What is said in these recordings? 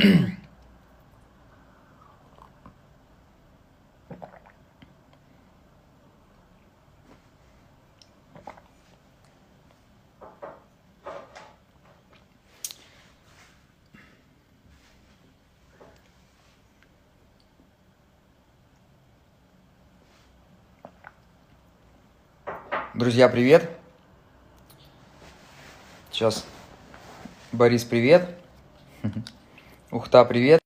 Друзья, привет! Сейчас, Борис, привет! Ухта, привет!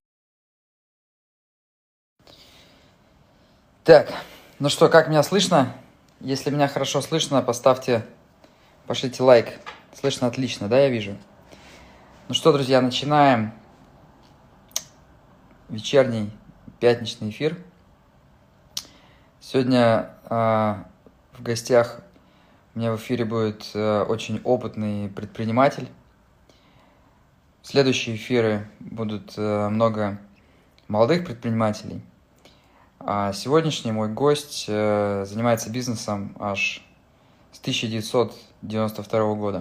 Так, ну что, как меня слышно? Если меня хорошо слышно, пошлите лайк. Слышно отлично, да, я вижу? Ну что, друзья, начинаем вечерний пятничный эфир. Сегодня в гостях у меня в эфире будет очень опытный предприниматель. Следующие эфиры будут много молодых предпринимателей. А сегодняшний мой гость занимается бизнесом аж с 1992 года.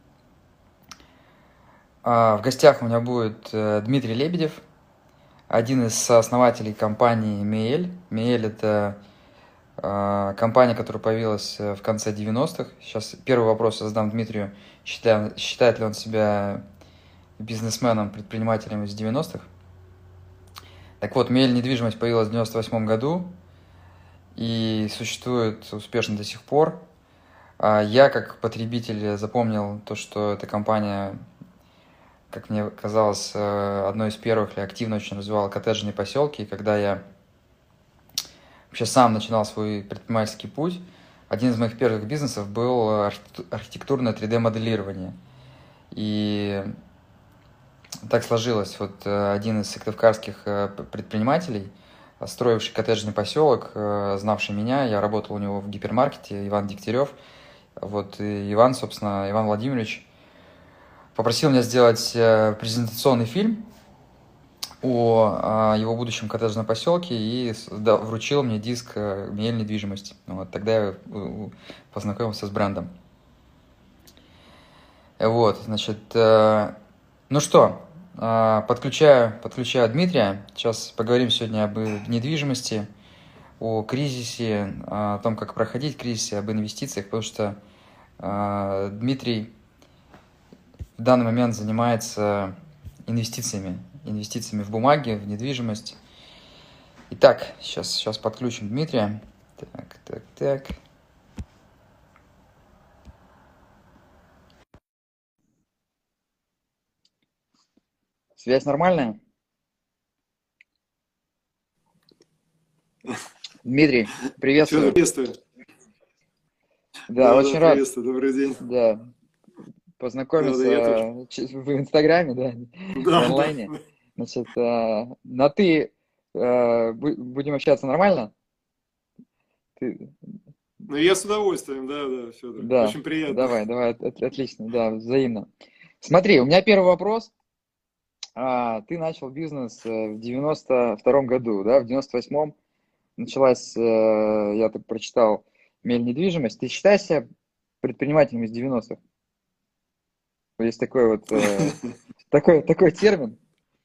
В гостях у меня будет Дмитрий Лебедев, один из сооснователей компании Меэль. Меэль – это компания, которая появилась в конце 90-х. Сейчас первый вопрос я задам Дмитрию. Считает ли он себя бизнесменом, предпринимателем из 90-х? Так вот, Меэль недвижимость появилась в 98 году и существует успешно до сих пор. Я, как потребитель, запомнил то, что эта компания, как мне казалось, одной из первых и активно очень развивала коттеджные поселки. И когда я вообще сам начинал свой предпринимательский путь, один из моих первых бизнесов был архитектурное 3D-моделирование. И так сложилось. Вот один из сыктывкарских предпринимателей, строивший коттеджный поселок, знавший меня, я работал у него в гипермаркете, Иван Дегтярев. Вот и Иван Владимирович попросил меня сделать презентационный фильм о его будущем коттеджном поселке и вручил мне диск «Меэль недвижимость». Вот, тогда я познакомился с брендом. Вот, значит, ну что, подключаю Дмитрия. Сейчас поговорим сегодня об недвижимости, о кризисе, о том, как проходить кризис, об инвестициях, потому что Дмитрий в данный момент занимается инвестициями в бумаги, в недвижимость. Итак, сейчас подключим Дмитрия. Так. Связь нормальная? Дмитрий, приветствую. Приветствую. Да, очень рад. Приветствую, добрый день. Да, познакомиться в Инстаграме, да, в онлайне. Да. Значит, на «ты» будем общаться нормально? Ну, я с удовольствием, да, Федор. Да, Очень приятно. давай, отлично, да, взаимно. Смотри, у меня первый вопрос. Ты начал бизнес в 92-м году, да, в 98-м началась, я так прочитал, «Меэль недвижимость». Ты считаешь себя предпринимателем из 90-х? Есть такой вот, такой термин.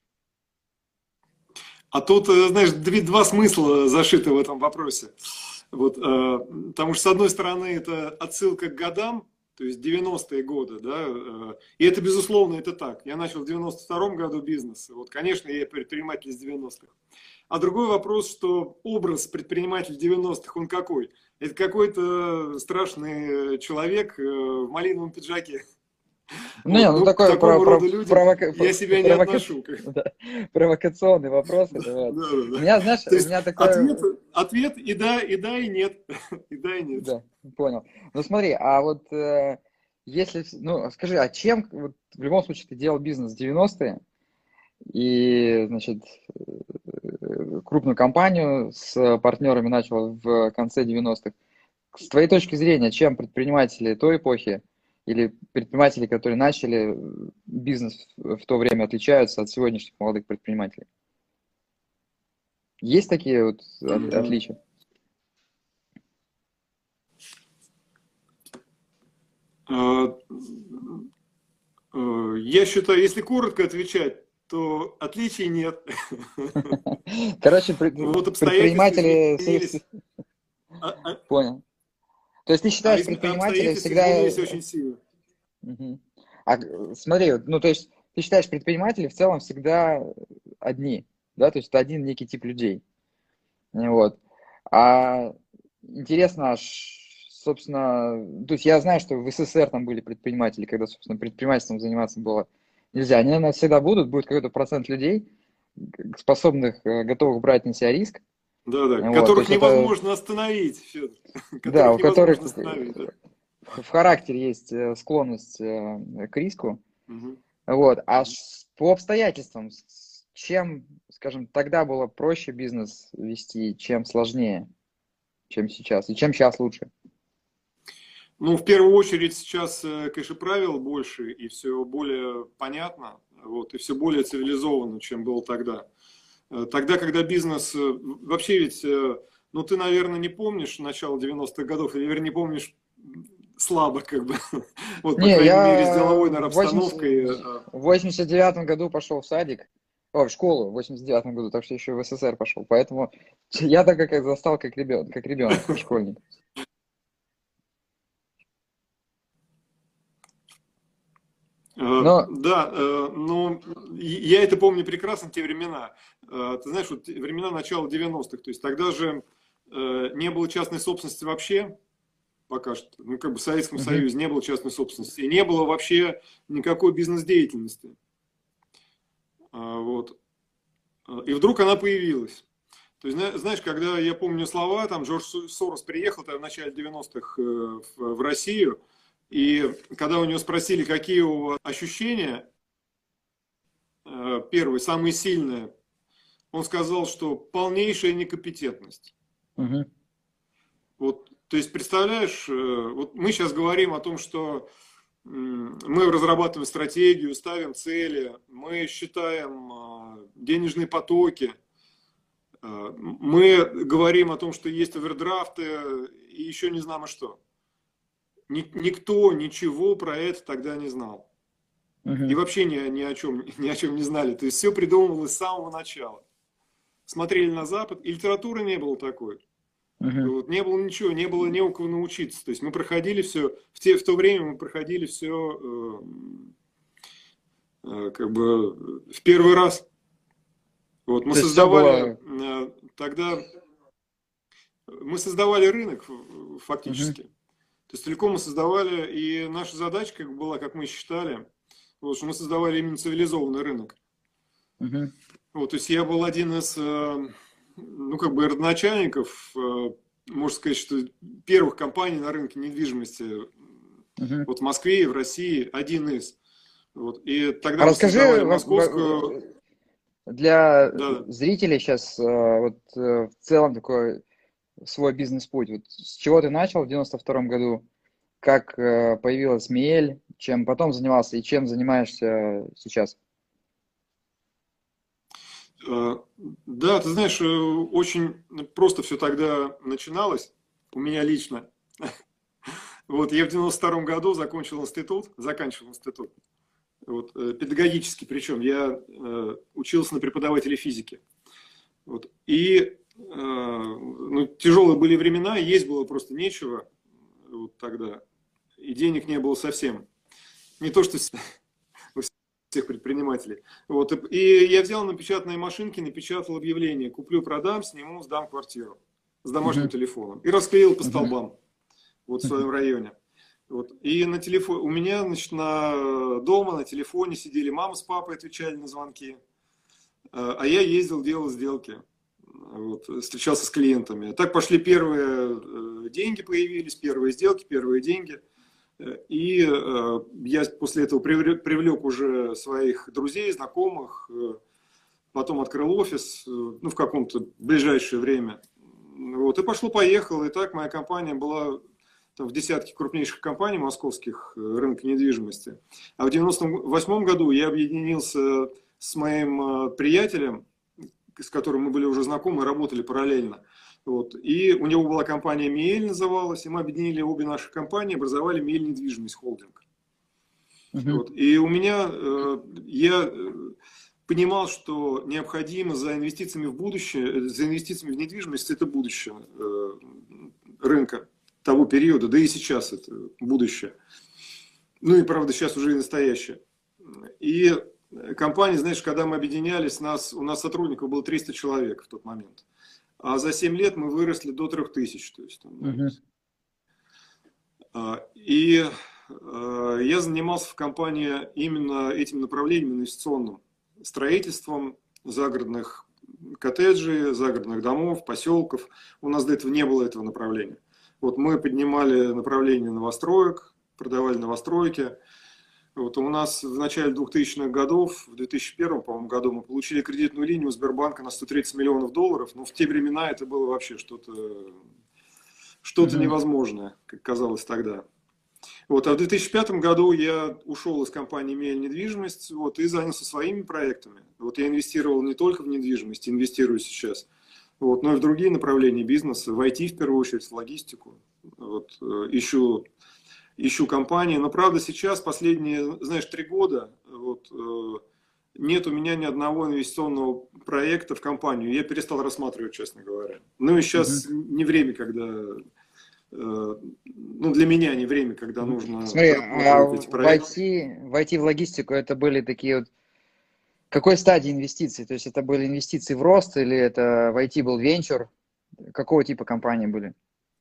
А тут, знаешь, два смысла зашиты в этом вопросе. Вот, потому что, с одной стороны, это отсылка к годам, то есть 90-е годы, да, и это, безусловно, это так. Я начал в 92-м году бизнес, вот, конечно, я предприниматель из 90-х. А другой вопрос, что образ предпринимателя 90-х, он какой? Это какой-то страшный человек в малиновом пиджаке. Ну, К такой такому роду людям я себя не отношу. провокационный вопрос. Да. У меня, знаешь, То у есть меня такое... ответ и да, и нет. И да, и нет. Да, понял. Ну смотри, а вот если... Ну, скажи, а чем... Вот, в любом случае, ты делал бизнес в 90-е, и, значит, крупную компанию с партнерами начал в конце 90-х. С твоей точки зрения, чем предприниматели той эпохи или предприниматели, которые начали бизнес в то время, отличаются от сегодняшних молодых предпринимателей? Есть такие вот отличия? Я считаю, если коротко отвечать, то отличий нет. Короче, Вот обстоятельства предприниматели... изменились, Понял. То есть ты считаешь, предприниматели обстоятельства всегда... изменились очень сильно. Мгм. А смотри, ну то есть ты считаешь, предприниматели в целом всегда одни, да, то есть это один некий тип людей. Вот. А интересно, собственно, то есть я знаю, что в СССР там были предприниматели, когда, собственно, предпринимательством заниматься было нельзя. Они, наверное, всегда будут, будет какой-то процент людей, способных, готовых брать на себя риск. Да, Вот, то которых есть это, невозможно остановить, Федор. да, Которых у которых невозможно остановить, да. в характере есть склонность к риску. Мгм. Вот. А по обстоятельствам, чем, скажем, тогда было проще бизнес вести, чем сложнее, чем сейчас? И чем сейчас лучше? Ну, в первую очередь сейчас, конечно, правил больше, и все более понятно, вот, и все более цивилизованно, чем было тогда. Тогда, когда бизнес, вообще ведь, ну, ты, наверное, не помнишь начало 90-х годов, или, вернее, не помнишь слабо, как бы, вот, по Не, крайней мере, с я деловой, в наверное, 80 обстановкой. в 89 году пошел в садик, о, в школу в 89 году, так что еще в СССР пошел. Поэтому я так как застал как ребенок, как школьник. Но, Да, но я это помню прекрасно, те времена. Ты знаешь, вот времена начала 90-х, то есть тогда же не было частной собственности вообще, пока что. Ну, как бы в Советском мгм, Союзе не было частной собственности, и не было вообще никакой бизнес-деятельности. Вот. И вдруг она появилась. То есть, знаешь, когда я помню слова, там Джордж Сорос приехал в начале 90-х в Россию, и когда у него спросили, какие у вас ощущения, первые, самые сильные, он сказал, что полнейшая некомпетентность. мгм, Вот, то есть, представляешь, вот мы сейчас говорим о том, что мы разрабатываем стратегию, ставим цели, мы считаем денежные потоки, мы говорим о том, что есть овердрафты и еще не знаем что. Никто ничего про это тогда не знал. И мгм, вообще ни о чем не знали. То есть все придумывалось с самого начала. Смотрели на Запад, и литературы не было такой. мгм. Вот, не было ничего, не было не у кого научиться. То есть мы проходили все, в то время мы проходили все как бы в первый раз. Вот, мы То есть все создавали было... тогда, мы создавали рынок Мгм, фактически. То есть целиком мы создавали, и наша задача как была, как мы считали, вот, что мы создавали именно цивилизованный рынок. мгм, Вот, то есть я был один из, ну, как бы родоначальников, можно сказать, что первых компаний на рынке недвижимости мгм. вот в Москве и в России, один из. Вот, и А тогда мы расскажи создавали московскую, для да, зрителей сейчас вот в целом такой свой бизнес-путь. Вот с чего ты начал в 92 году, как появилась Миэль, чем потом занимался и чем занимаешься сейчас? да, ты знаешь, очень просто все тогда начиналось у меня лично. Вот, я в 92 году заканчивал институт, вот, педагогический, причем я учился на преподавателя физики. Вот, и ну, тяжелые были времена, есть было просто нечего вот тогда, и денег не было совсем. Не то, что у всех предпринимателей. Вот, и я взял напечатанные машинки, напечатал объявление: куплю, продам, сниму, сдам квартиру с домашним Мгм, телефоном. И расклеил по мгм, столбам вот в мгм, своем районе. Вот. И на телефон, у меня, значит, дома на телефоне сидели мама с папой, отвечали на звонки, а я ездил, делал сделки, вот, встречался с клиентами. Так пошли первые деньги, появились первые сделки, первые деньги. И я после этого привлек уже своих друзей, знакомых, потом открыл офис, ну, в каком-то ближайшее время. Вот, и пошло-поехало. И так моя компания была там в десятке крупнейших компаний московских рынка недвижимости. А в 98 году я объединился с моим приятелем, с которым мы были уже знакомы, работали параллельно. Вот. И у него была компания «Миэль» называлась, и мы объединили обе наши компании, образовали «Миэль недвижимость холдинг». мгм. Вот. И у меня, я понимал, что необходимо за инвестициями в будущее, за инвестициями в недвижимость, это будущее рынка того периода, да и сейчас это будущее. Ну и, правда, сейчас уже и настоящее. И компания, знаешь, когда мы объединялись, у нас сотрудников было 300 человек в тот момент. А за 7 лет мы выросли до 3000. То есть, и я занимался в компании именно этим направлением инвестиционным. Строительством загородных коттеджей, загородных домов, поселков. У нас до этого не было этого направления. Вот мы поднимали направление новостроек, продавали новостройки. Вот у нас в начале 2000-х годов, в 2001, по-моему, году мы получили кредитную линию у Сбербанка на 130 миллионов долларов. Но в те времена это было вообще что-то невозможное, как казалось тогда. Вот, а в 2005 году я ушел из компании «Мель недвижимость» вот, и занялся своими проектами. Вот я инвестировал не только в недвижимость, инвестирую сейчас, вот, но и в другие направления бизнеса, в IT в первую очередь, в логистику. Вот, ищу компании. Но правда сейчас, последние, знаешь, 3 года, вот, нет у меня ни одного инвестиционного проекта в компанию. Я перестал рассматривать, честно говоря. Ну и сейчас не время, когда... Ну, для меня не время, когда нужно... Смотри, а войти в логистику, это были такие вот... Какой стадии инвестиций? То есть это были инвестиции в рост или это в IT был венчур? Какого типа компании были?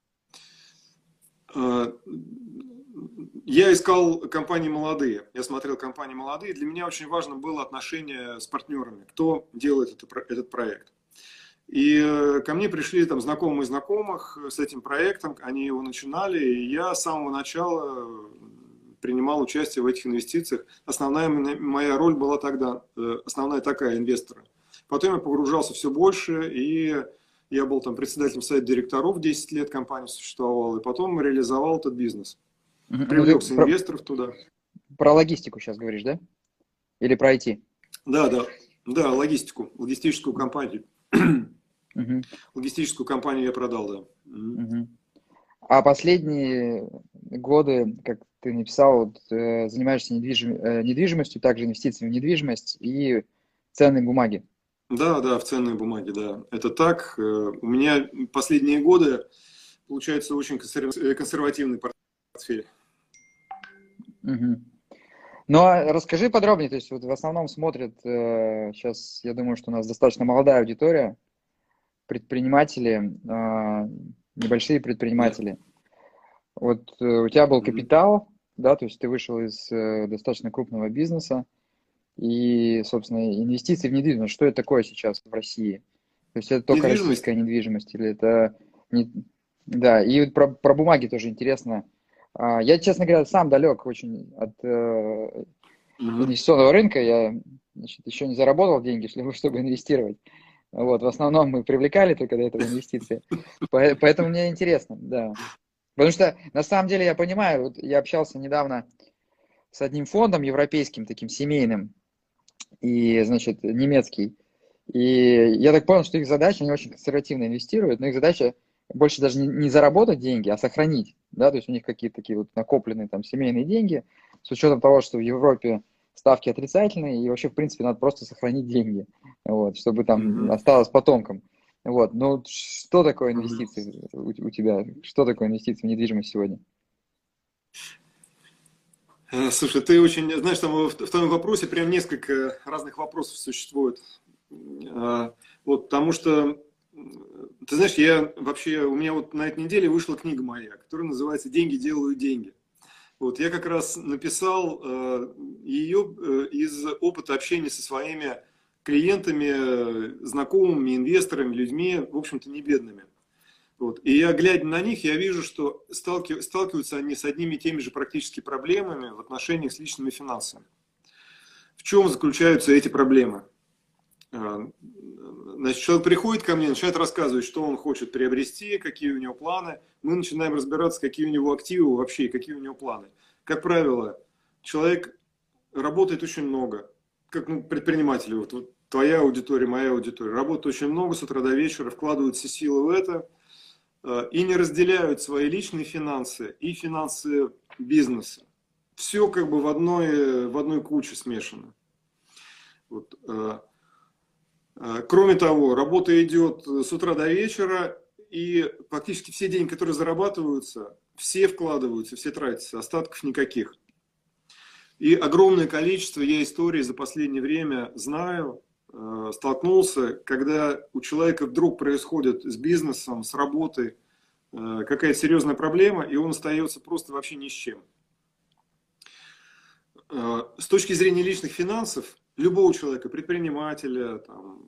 Я искал компании молодые. Я смотрел компании молодые. Для меня очень важно было отношение с партнерами. Кто делает этот проект? И ко мне пришли там знакомые знакомых с этим проектом, они его начинали, и я с самого начала принимал участие в этих инвестициях. Основная моя роль была тогда, основная такая, инвестора. Потом я погружался все больше, и я был там председателем совета директоров, 10 лет компания существовала, и потом реализовал этот бизнес. Привлекся инвесторов туда. Про логистику сейчас говоришь, да? Или про IT? Да, логистику, логистическую компанию. Логистическую компанию я продал, да. А последние годы, как ты написал, вот, занимаешься недвижимостью, также инвестициями в недвижимость и ценные бумаги. Да, в ценные бумаги, да. Это так. У меня последние годы получается очень консервативный портфель. Ну, а расскажи подробнее, то есть вот в основном смотрят, сейчас я думаю, что у нас достаточно молодая аудитория, предприниматели, небольшие предприниматели. Вот у тебя был капитал, да, то есть ты вышел из достаточно крупного бизнеса, и, собственно, инвестиции в недвижимость, что это такое сейчас в России? То есть это только российская недвижимость или это... Да, и вот про бумаги тоже интересно. Я, честно говоря, сам далек очень от инвестиционного рынка. Я, значит, еще не заработал деньги, чтобы инвестировать. Вот, в основном мы привлекали только до этого инвестиции. Поэтому мне интересно, да. Потому что, на самом деле, я понимаю, вот я общался недавно с одним фондом европейским, таким семейным, и, значит, немецкий. И я так понял, что их задача, они очень консервативно инвестируют, но их задача больше даже не заработать деньги, а сохранить, да, то есть у них какие-то такие вот накопленные там семейные деньги, с учетом того, что в Европе ставки отрицательные, и вообще, в принципе, надо просто сохранить деньги, вот, чтобы там осталось потомкам. Вот, ну, что такое инвестиции у тебя? Что такое инвестиции в недвижимость сегодня? Слушай, ты очень, знаешь, там в твоем вопросе прям несколько разных вопросов существует. Вот, потому что, ты знаешь, у меня вот на этой неделе вышла книга моя, которая называется «Деньги делают деньги». Вот, я как раз написал ее из опыта общения со своими клиентами, знакомыми, инвесторами, людьми, в общем-то, не бедными. Вот. И я, глядя на них, я вижу, что сталкиваются они с одними и теми же практически проблемами в отношениях с личными финансами. В чем заключаются эти проблемы? Значит, человек приходит ко мне, начинает рассказывать, что он хочет приобрести, какие у него планы. Мы начинаем разбираться, какие у него активы вообще и какие у него планы. Как правило, человек работает очень много, как предприниматели, вот твоя аудитория, моя аудитория, работают очень много с утра до вечера, вкладывают все силы в это и не разделяют свои личные финансы и финансы бизнеса. Все как бы в одной куче смешано. Вот, кроме того, работа идет с утра до вечера, и практически все деньги, которые зарабатываются, все вкладываются, все тратятся, остатков никаких. И огромное количество я историй за последнее время знаю, столкнулся, когда у человека вдруг происходит с бизнесом, с работой какая-то серьезная проблема, и он остается просто вообще ни с чем. С точки зрения личных финансов, любого человека, предпринимателя, там,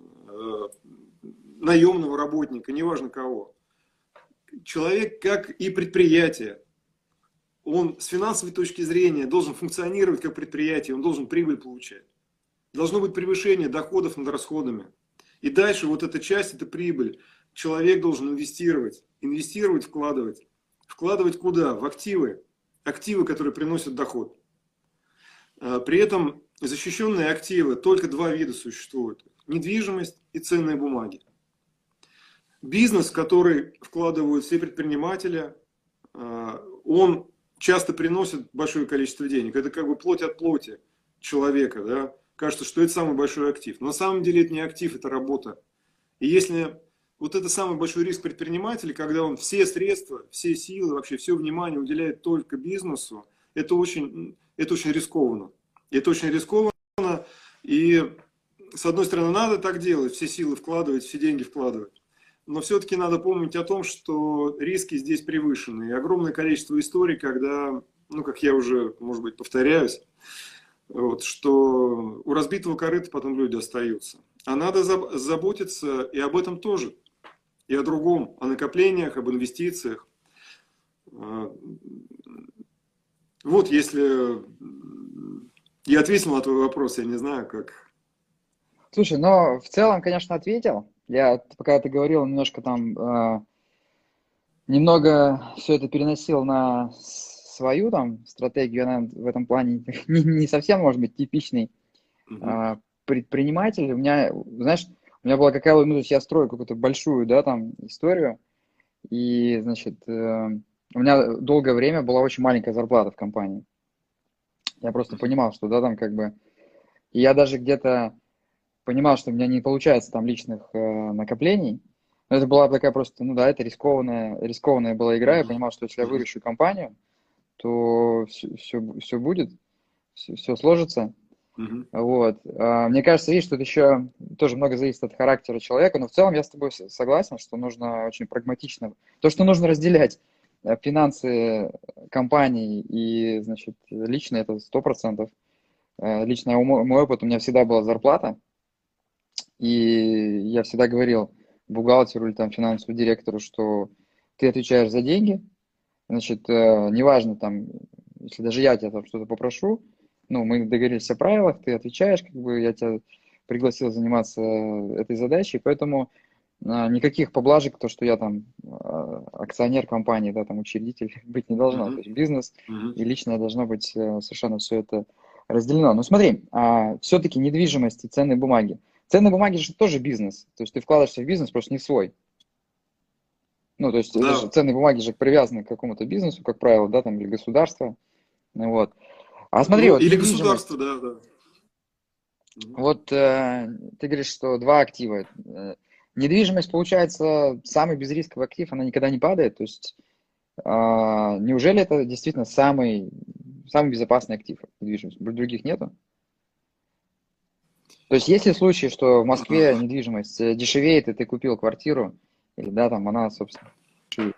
наемного работника, неважно кого, человек, как и предприятие, он с финансовой точки зрения должен функционировать как предприятие, он должен прибыль получать. Должно быть превышение доходов над расходами. И дальше вот эта часть, это прибыль. Человек должен инвестировать, вкладывать. Вкладывать куда? В активы. Активы, которые приносят доход. При этом защищенные активы, только два вида существуют. Недвижимость и ценные бумаги. Бизнес, в который вкладывают все предприниматели, он часто приносит большое количество денег. Это как бы плоть от плоти человека. Да? Кажется, что это самый большой актив. Но на самом деле это не актив, это работа. И если вот это самый большой риск предпринимателя, когда он все средства, все силы, вообще все внимание уделяет только бизнесу, это очень рискованно. Это очень рискованно. И с одной стороны надо так делать, все силы вкладывать, все деньги вкладывать. Но все-таки надо помнить о том, что риски здесь превышены. И огромное количество историй, когда, ну, как я уже, может быть, повторяюсь, вот, что у разбитого корыта потом люди остаются. А надо заботиться и об этом тоже. И о другом, о накоплениях, об инвестициях. Вот, если я ответил на твой вопрос, я не знаю, как... Слушай, но в целом, конечно, ответил. Я, пока ты говорил, немножко там, немного все это переносил на свою там стратегию. Она в этом плане не совсем, может быть, типичный предприниматель. У меня, знаешь, у меня была какая-то, ну, то есть я строю какую-то большую, да, там, историю. И, значит, у меня долгое время была очень маленькая зарплата в компании. Я просто понимал, что, да, там как бы... И я даже где-то понимал, что у меня не получается там личных накоплений. Но это была такая просто, ну да, это рискованная была игра. Я понимал, что если я выращу компанию, то все будет, все сложится. Вот. Мне кажется, видишь, тут еще тоже много зависит от характера человека, но в целом я с тобой согласен, что нужно очень прагматично. То, что нужно разделять финансы компании и, значит, лично, это 100%. Лично мой опыт, у меня всегда была зарплата, и я всегда говорил бухгалтеру или там финансовому директору, что ты отвечаешь за деньги, значит, неважно там, если даже я тебя там что-то попрошу, ну, мы договорились о правилах, ты отвечаешь, как бы я тебя пригласил заниматься этой задачей, поэтому никаких поблажек, то, что я там акционер компании, да, там учредитель, быть не должно. То есть бизнес и личное должно быть совершенно все это разделено. Но смотри, все-таки недвижимость и ценные бумаги. Ценные бумаги же тоже бизнес. То есть ты вкладываешься в бизнес, просто не в свой. Ну, то есть это же, ценные бумаги же привязаны к какому-то бизнесу, как правило, да, там, или государства. Вот. А смотри, ну, вот или государство, да. Вот ты говоришь, что два актива. Недвижимость, получается, самый безрисковый актив, она никогда не падает. То есть неужели это действительно самый безопасный актив недвижимость? Других нету? То есть есть ли случаи, что в Москве недвижимость дешевеет, и ты купил квартиру, или да, там она, собственно, дешевеет?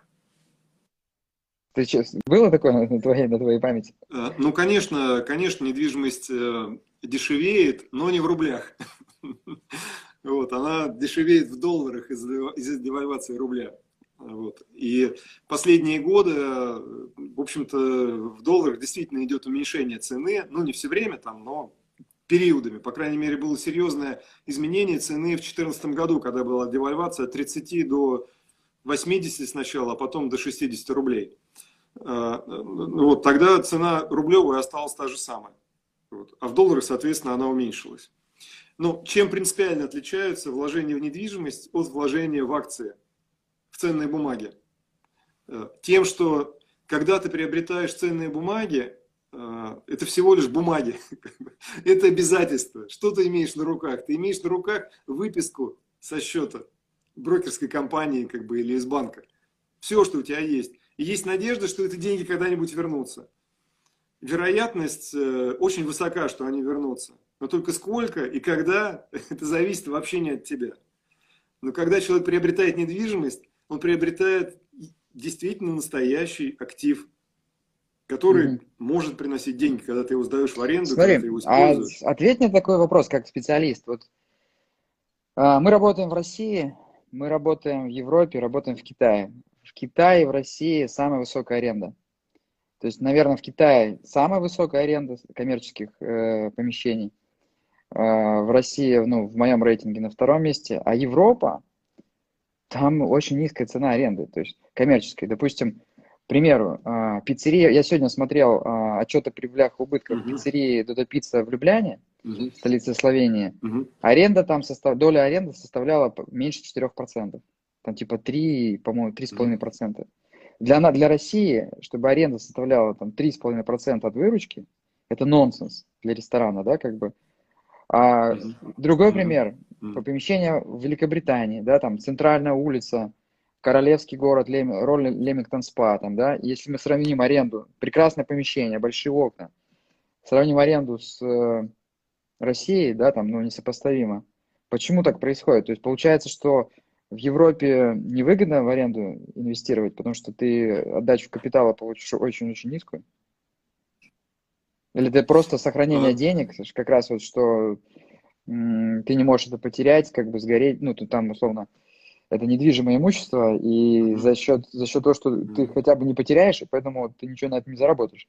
Было такое на твоей памяти? Ну, конечно, недвижимость дешевеет, но не в рублях. Вот, она дешевеет в долларах из-за девальвации рубля. Вот. И последние годы, в общем-то, в долларах действительно идет уменьшение цены, ну, не все время там, но периодами. По крайней мере, было серьезное изменение цены в 2014 году, когда была девальвация от 30 до 80 сначала, а потом до 60 рублей. Вот, тогда цена рублевая осталась та же самая. Вот. А в долларах, соответственно, она уменьшилась. Но чем принципиально отличаются вложения в недвижимость от вложения в акции, в ценные бумаги? Тем, что когда ты приобретаешь ценные бумаги, это всего лишь бумаги. Это обязательство. Что ты имеешь на руках? Ты имеешь на руках выписку со счета брокерской компании или из банка. Все, что у тебя есть. И есть надежда, что эти деньги когда-нибудь вернутся. Вероятность очень высока, что они вернутся. Но только сколько и когда, это зависит вообще не от тебя. Но когда человек приобретает недвижимость, он приобретает действительно настоящий актив, который может приносить деньги, когда ты его сдаешь в аренду, Смотри, когда ты его используешь. ответь мне такой вопрос, как специалист. Вот, мы работаем в России, мы работаем в Европе, работаем в Китае. В Китае и в России самая высокая аренда. То есть, наверное, в Китае самая высокая аренда коммерческих помещений. В России, ну, в моем рейтинге на втором месте. А Европа, там очень низкая цена аренды, то есть коммерческой. Допустим, к примеру, пиццерия, я сегодня смотрел отчет о прибылях и убытках пиццерии Додо Пицца в Любляне, столице Словении. Аренда там, доля аренды составляла меньше 4%. Там типа 3, по-моему, 3,5%. Для России, чтобы аренда составляла там 3,5% от выручки, это нонсенс для ресторана, да, как бы. Другой пример, помещение в Великобритании, да, там центральная улица, королевский город, Лемингтон-Спа, там, да, если мы сравним аренду, прекрасное помещение, большие окна, сравним аренду с Россией, да, там, ну, несопоставимо. Почему так происходит? То есть получается, что в Европе невыгодно в аренду инвестировать, потому что ты отдачу капитала получишь очень-очень низкую? Или это просто сохранение денег, как раз вот, что ты не можешь это потерять, как бы сгореть, ну, ты там, условно, это недвижимое имущество, и за счет того, что ты хотя бы не потеряешь, и поэтому ты ничего на этом не заработаешь.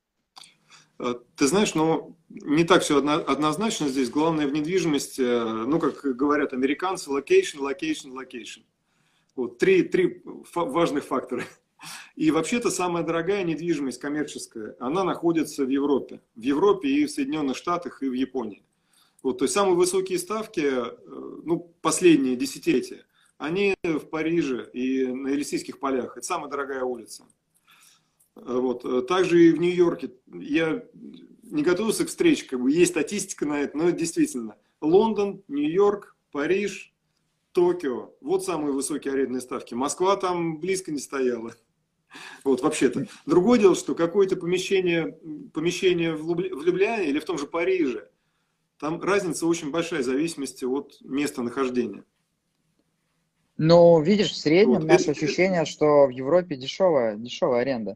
Ты знаешь, но не так все однозначно здесь. Главное в недвижимости, ну, как говорят американцы, location, location, location. Вот три важных фактора. И вообще-то самая дорогая недвижимость коммерческая, она находится в Европе. В Европе и в Соединенных Штатах, и в Японии. Вот, то есть самые высокие ставки, ну, последние десятилетия, они в Париже и на Елисейских полях. Это самая дорогая улица. Вот. Также и в Нью-Йорке. Я не готовился к встрече, как бы есть статистика на это, но это действительно. Лондон, Нью-Йорк, Париж, Токио. Вот самые высокие арендные ставки. Москва там близко не стояла. Вот вообще-то. Другое дело, что какое-то помещение в Любляне или в том же Париже, там разница очень большая в зависимости от места нахождения. Ну, видишь, в среднем наше ощущение, что в Европе дешевая аренда.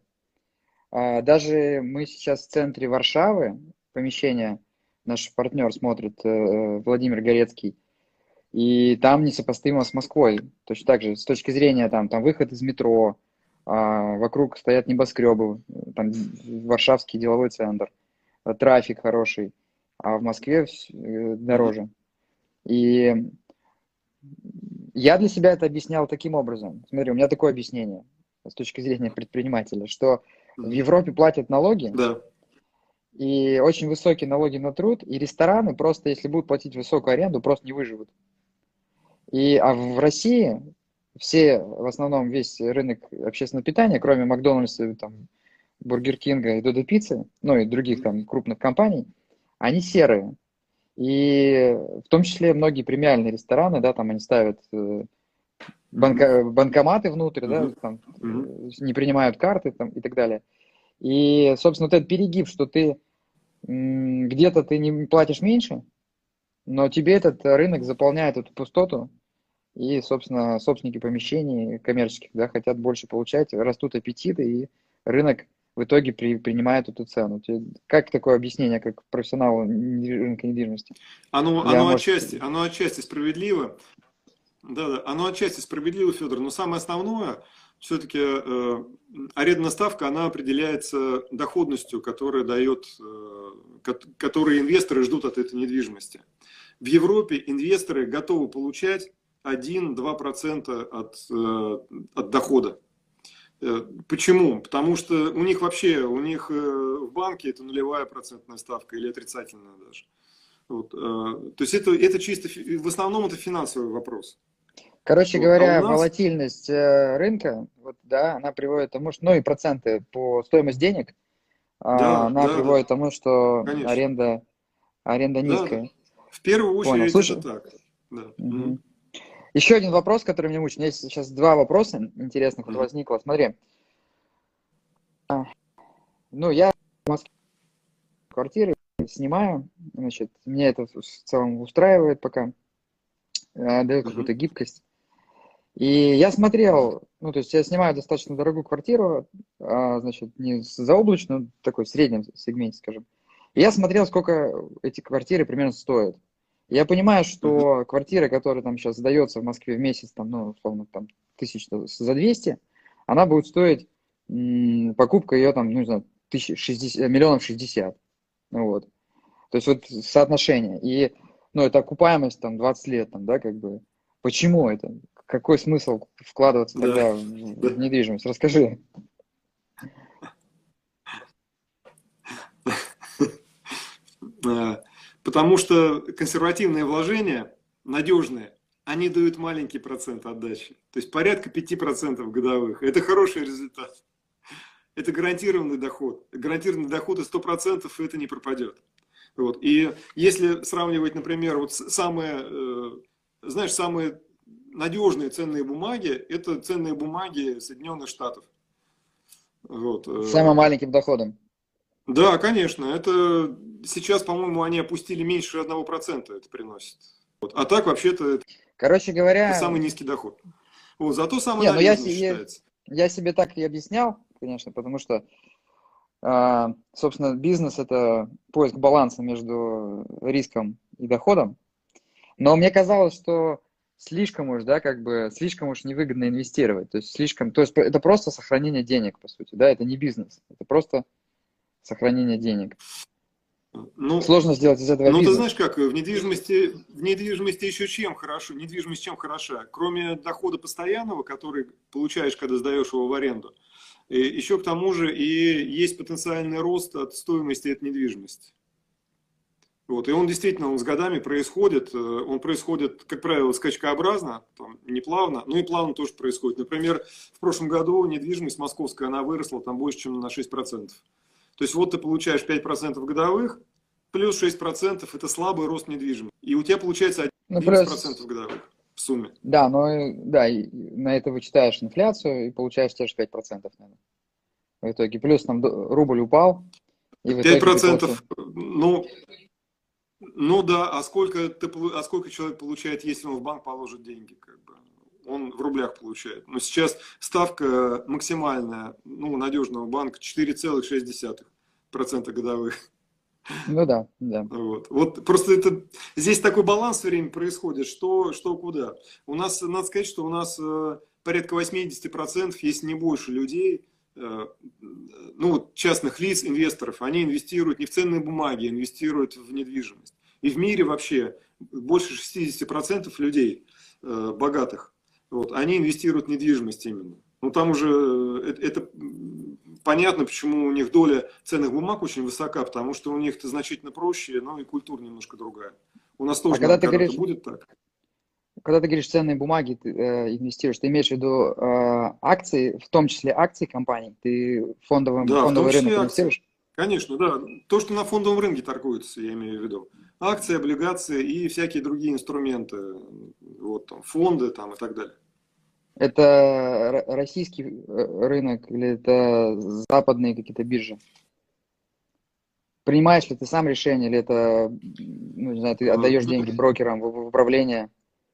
Даже мы сейчас в центре Варшавы, помещение, наш партнер смотрит, Владимир Горецкий, и там несопоставимо с Москвой. Точно так же, с точки зрения там выход из метро, вокруг стоят небоскребы, там Варшавский деловой центр, трафик хороший, а в Москве дороже. И я для себя это объяснял таким образом. Смотри, у меня такое объяснение с точки зрения предпринимателя, что в Европе платят налоги, да. И очень высокие налоги на труд, и рестораны просто, если будут платить высокую аренду, просто не выживут. А в России в основном весь рынок общественного питания, кроме Макдональдса, там, Бургер Кинга и Додо Пиццы, ну и других там крупных компаний, они серые. И в том числе многие премиальные рестораны, да, там они ставят банкоматы внутрь, да, там, не принимают карты там, и так далее. И, собственно, вот этот перегиб, что ты где-то ты не платишь меньше, но тебе этот рынок заполняет эту пустоту, и, собственно, собственники помещений коммерческих, да, хотят больше получать, растут аппетиты, и рынок в итоге принимает эту цену. Как такое объяснение, как профессионалу рынка недвижимости? Оно отчасти справедливо. Да, оно отчасти справедливо, Федор, но самое основное, все-таки арендная ставка, она определяется доходностью, которую которые инвесторы ждут от этой недвижимости. В Европе инвесторы готовы получать 1-2% от дохода. Почему? Потому что у них в банке это нулевая процентная ставка или отрицательная даже. Вот. То есть это чисто, в основном это финансовый вопрос. Короче говоря, волатильность рынка, вот, да, она приводит к тому, что, ну и проценты по стоимости денег Да, она да, да, приводит к тому, что конечно. аренда Да, да. низкая. В первую Понял. очередь это Слушай, так. Да. Мгм. мгм. Еще один вопрос, который меня мучит. У меня есть сейчас два вопроса интересных вот Мгм. возникло. Смотри, ну, я в Москве квартиры снимаю, значит, мне это в целом устраивает пока, дает Мгм. какую-то гибкость. И я смотрел, ну, то есть я снимаю достаточно дорогую квартиру, значит, не заоблачную, такой в среднем сегменте, скажем. И я смотрел, сколько эти квартиры примерно стоят. И я понимаю, Мгм. что квартира, которая там сейчас сдается в Москве в месяц, там, ну, условно, там, тысяч за 200, она будет стоить, покупка ее там, ну, не знаю, 1060, миллионов 60. Ну, вот. То есть вот соотношение. И, ну, это окупаемость там 20 лет, там, да, как бы. Почему это? Какой смысл вкладываться Да, тогда да. в недвижимость? Расскажи. Э, Потому что консервативные вложения, надежные, они дают маленький процент отдачи. То есть порядка 5% годовых. Это хороший результат. Это гарантированный доход. Гарантированный доход и 100% это не пропадет. Вот. И если сравнивать, например, вот самые, знаешь, самые надежные ценные бумаги, это ценные бумаги Соединенных Штатов. Вот. С самым маленьким доходом. Да, конечно, это сейчас, по-моему, они опустили меньше 1% это приносит. Вот. А так, вообще-то, Короче это говоря, самый низкий доход. Вот. Зато самый не, ну надежный считается. я себе так и объяснял, конечно, потому что, собственно, бизнес это поиск баланса между риском и доходом. Но мне казалось, что слишком уж, да, как бы, слишком уж невыгодно инвестировать. То есть слишком, то есть это просто сохранение денег, по сути, да, это не бизнес, это просто сохранение денег. Ну, Сложно сделать из этого ну, ты бизнес. знаешь как, в недвижимости еще чем хорошо, недвижимость чем хороша? Кроме дохода постоянного, который получаешь, когда сдаешь его в аренду, и еще к тому же и есть потенциальный рост от стоимости этой недвижимости. Вот, и он действительно, он с годами происходит, он происходит, как правило, скачкообразно, там, не плавно, но и плавно тоже происходит. Например, в прошлом году недвижимость московская, она выросла там больше, чем на 6%. То есть вот ты получаешь 5% годовых, плюс 6% это слабый рост недвижимости. И у тебя получается Ну, 11% плюс, годовых в сумме. да, да, и на это вычитаешь инфляцию и получаешь те же 5%, наверное, в итоге. Плюс там рубль упал, и в Пять итоге ты получил. процентов, ну да, а сколько человек получает, если он в банк положит деньги, как бы? Он в рублях получает. Но сейчас ставка максимальная, ну, надежного банка 4,6% годовых. Ну да, да. Вот. Вот просто это, здесь такой баланс все время происходит, что куда. У нас, надо сказать, что у нас порядка 80%, если не больше людей, ну, частных лиц, инвесторов, они инвестируют не в ценные бумаги, инвестируют в недвижимость. И в мире вообще больше 60% людей богатых, вот, они инвестируют в недвижимость именно. Ну, там уже это понятно, почему у них доля ценных бумаг очень высока, потому что у них это значительно проще, но и культура немножко другая. У нас А тоже, наверное, когда-то будет так. когда ты говоришь ценные бумаги, ты инвестируешь, ты имеешь в виду акции, в том числе акции компаний? Ты Да, в том фондовый рынок числе акции. инвестируешь? Конечно, да. То, что на фондовом рынке торгуется, я имею в виду. Акции, облигации и всякие другие инструменты. Вот там, фонды там, и так далее. Это российский рынок или это западные какие-то биржи? Принимаешь ли ты сам решение, или это, ну, не знаю, ты отдаешь деньги брокерам в управление?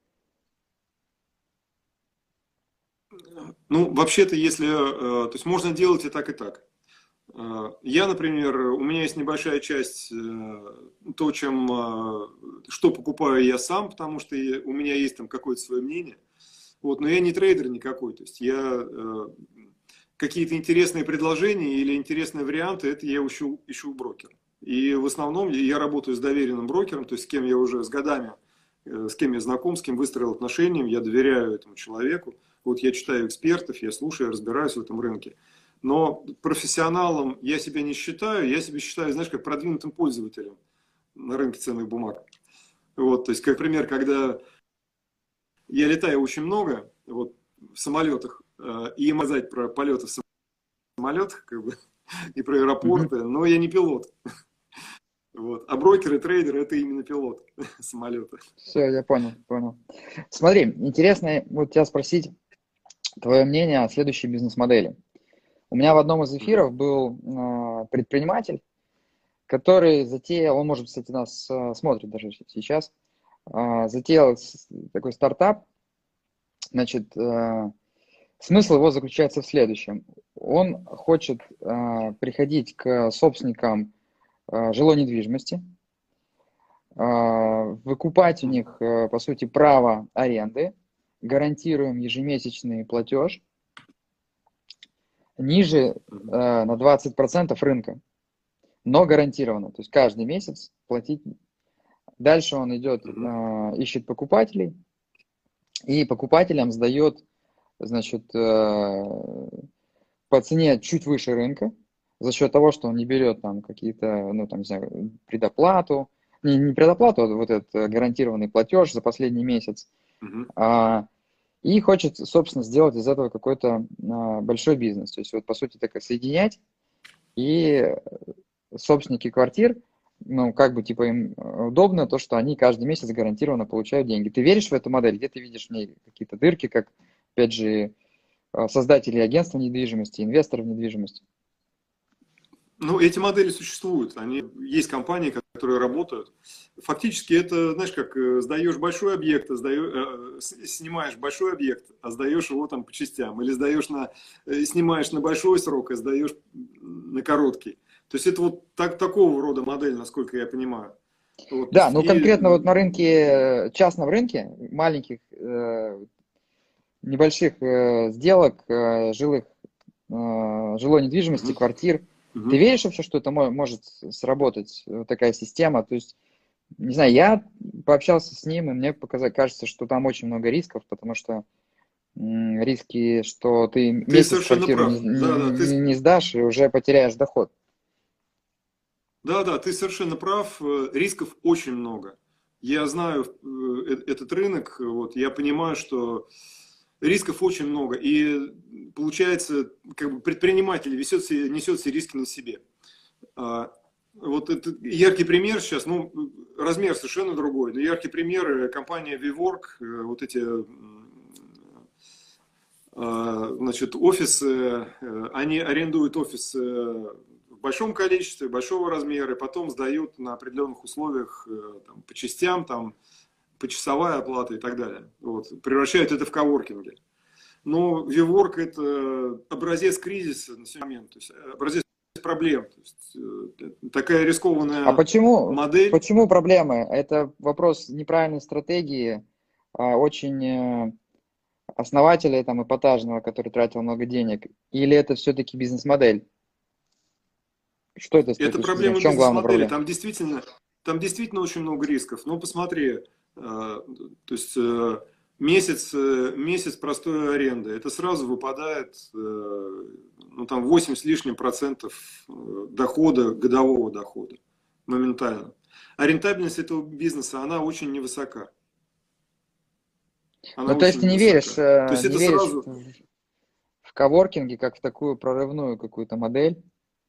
Ну, вообще-то, если... То есть можно делать и так, и так. Я, например, у меня есть небольшая часть, то, что покупаю я сам, потому что у меня есть там какое-то свое мнение. Вот, но я не трейдер никакой. То есть я какие-то интересные предложения или интересные варианты, это я ищу у брокера. И в основном я работаю с доверенным брокером, то есть с кем я уже с годами, с кем я знаком, с кем выстроил отношения, я доверяю этому человеку. Вот я читаю экспертов, я слушаю, я разбираюсь в этом рынке. Но профессионалом я себя не считаю, я себя считаю, знаешь, как продвинутым пользователем на рынке ценных бумаг. Вот, то есть, как пример, когда я летаю очень много вот, в самолетах, и сказать про полеты в самолетах, как бы, и про Мгм. аэропорты, но я не пилот. Вот. А брокер и трейдер – это именно пилот самолета. Все, я понял, понял. Смотри, интересно вот тебя спросить твое мнение о следующей бизнес-модели. У меня в одном из Мгм. эфиров был предприниматель, который затеял, он, может, кстати, нас смотрит даже сейчас, затеял такой стартап. Значит, смысл его заключается в следующем. Он хочет приходить к собственникам жилой недвижимости, выкупать у Мгм. них, по сути, право аренды, гарантируем ежемесячный платеж ниже Мгм. на 20% рынка, но гарантированно. То есть каждый месяц платить. Дальше он идет, Мгм. ищет покупателей, и покупателям сдает, значит, по цене чуть выше рынка, за счет того, что он не берет там какие-то, ну, там, не знаю, предоплату, не предоплату, а вот этот гарантированный платеж за последний месяц, Мгм. а, и хочет, собственно, сделать из этого какой-то большой бизнес. То есть, вот, по сути, так и соединять, и собственники квартир, ну, как бы, типа, им удобно то, что они каждый месяц гарантированно получают деньги. Ты веришь в эту модель? Где ты видишь в ней какие-то дырки, как, опять же, создатели агентства недвижимости, инвесторов в недвижимости? Ну, эти модели существуют. Они, есть компании, которые работают. Фактически это, знаешь, как сдаешь большой объект, снимаешь большой объект, а сдаешь его там по частям. Или снимаешь на большой срок, а сдаешь на короткий. То есть это вот такого рода модель, насколько я понимаю. Вот, то Да, есть, ну конкретно вот на рынке, частном рынке, маленьких, небольших сделок, жилой недвижимости, мгм, квартир, ты мгм. веришь вообще, что это может сработать, вот такая система? То есть, не знаю, я пообщался с ним, и мне кажется, что там очень много рисков, потому что риски, что ты Ты месяц совершенно квартиру прав. Да, да, не сдашь и уже потеряешь доход. ты совершенно прав. Рисков очень много. Я знаю этот рынок, вот, я понимаю, что рисков очень много. И получается, как бы предприниматель несет все риски на себе. А, Вот это яркий пример сейчас, ну, размер совершенно другой, но яркий пример компания WeWork, вот эти значит, офисы, они арендуют офисы в большом количестве, большого размера, и потом сдают на определенных условиях там, по частям, там, почасовая оплата и так далее. Вот, превращают это в коворкинги. Но WeWork – это образец кризиса на сегодняшний момент, то есть образец проблем. То есть, такая А рискованная почему, модель. почему проблемы? Это вопрос неправильной стратегии, очень основателя там эпатажного, который тратил много денег, или это все-таки бизнес-модель? Что это с твоей Это точки зрения? В проблема чем главная бизнес-модели. проблема? Там действительно очень много рисков. Ну, посмотри, то есть месяц простой аренды, это сразу выпадает, ну, там 8 с лишним процентов дохода, годового дохода, моментально. А рентабельность этого бизнеса, она очень невысока. Она Ну, то есть очень ты невысока. То есть не это веришь сразу. в коворкинге как в такую прорывную какую-то модель?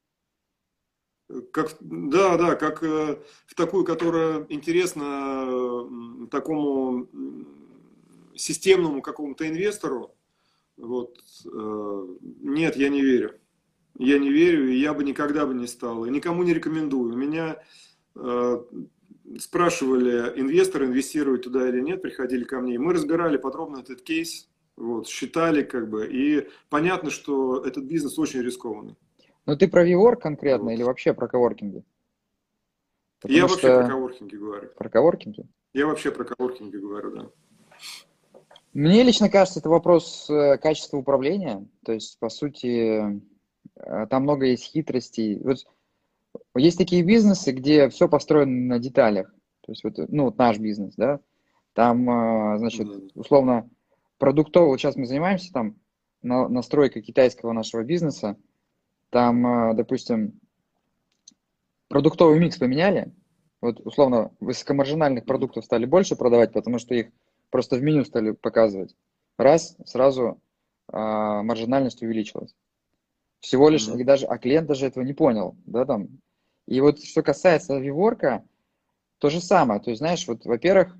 Да, как в такую, которая интересна такому системному какому-то инвестору. Вот, нет, я не верю. Я не верю, и я бы никогда бы не стал. И никому не рекомендую. Меня э, спрашивали инвесторы, инвестировать туда или нет, приходили ко мне. И мы разбирали подробно этот кейс, вот, считали как бы. И понятно, что этот бизнес очень рискованный. Ну, ты про WeWork конкретно или Вот. вообще про коворкинги? Я Потому вообще про что коворкинги говорю. про коворкинги. Я вообще про коворкинги говорю, да. Мне лично кажется, это вопрос качества управления. То есть, по сути, там много есть хитростей. Вот есть такие бизнесы, где все построено на деталях. То есть, вот, ну, вот наш бизнес, да, там, значит, Да. условно, продуктово, вот сейчас мы занимаемся там настройкой китайского нашего бизнеса, там, допустим, продуктовый микс поменяли, вот, условно, высокомаржинальных Мгм. продуктов стали больше продавать, потому что их просто в меню стали показывать. Раз, сразу маржинальность увеличилась. Всего лишь, Мгм. а клиент даже этого не понял, да, там. И вот что касается Виворка, то же самое. То есть, знаешь, вот, во-первых,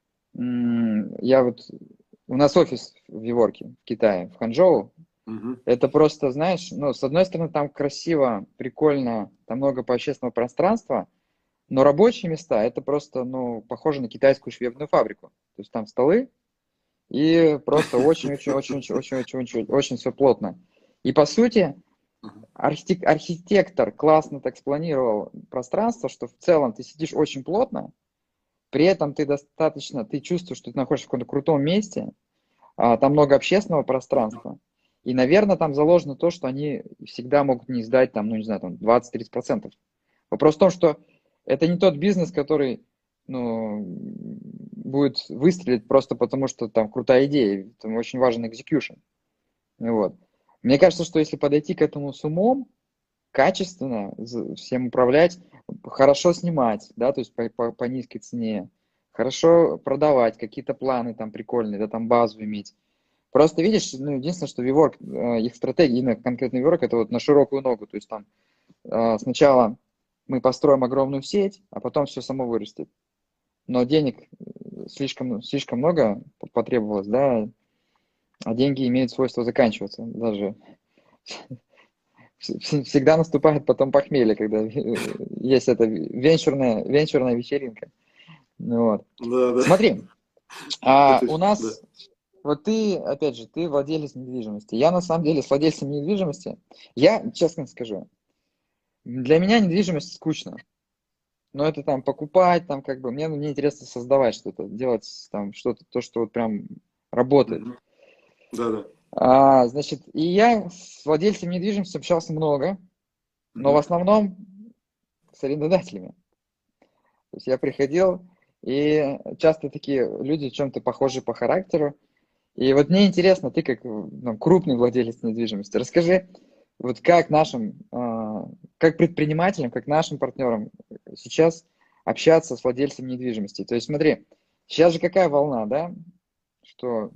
я вот, у нас офис в Виворке, в Китае, в Ханчжоу. Мгм. Это просто, знаешь, ну, с одной стороны, там красиво, прикольно, там много общественного пространства, но рабочие места, это просто, ну, похоже на китайскую швейную фабрику. То есть там столы, и просто очень-очень-очень-очень-очень-очень все плотно. И по сути, Мгм. архитектор классно так спланировал пространство, что в целом ты сидишь очень плотно, при этом ты чувствуешь, что ты находишься в каком-то крутом месте, там много общественного пространства, и, наверное, там заложено то, что они всегда могут не сдать, там, ну, не знаю, там 20-30%. Вопрос в том, что это не тот бизнес, который, ну, будет выстрелить просто потому, что там крутая идея, там очень важен execution. Вот. Мне кажется, что если подойти к этому с умом, качественно всем управлять, хорошо снимать, да, то есть по низкой цене, хорошо продавать, какие-то планы там прикольные, да, там базу иметь. Просто видишь, ну, единственное, что WeWork, их стратегия, именно конкретно WeWork, это вот на широкую ногу, то есть там сначала мы построим огромную сеть, а потом все само вырастет. Но денег слишком много потребовалось, да, а деньги имеют свойство заканчиваться. Даже всегда наступает потом похмелье, когда есть эта венчурная вечеринка. Ну вот. Да, да, Смотри, это, у да. нас, вот ты, опять же, ты владелец недвижимости. Я на самом деле с владельцем недвижимости, я честно скажу, для меня недвижимость скучно. Но это там покупать, там как бы, мне интересно создавать что-то, делать там что-то, то, что вот прям работает. Мгм. Да, да. Значит, и я с владельцами недвижимости общался много, но в Мгм. основном с арендодателями. То есть я приходил, и часто такие люди в чем-то похожи по характеру. И вот мне интересно, ты как ну, крупный владелец недвижимости, расскажи, вот как предпринимателям, как нашим партнерам сейчас общаться с владельцами недвижимости. То есть смотри, сейчас же какая волна, да, что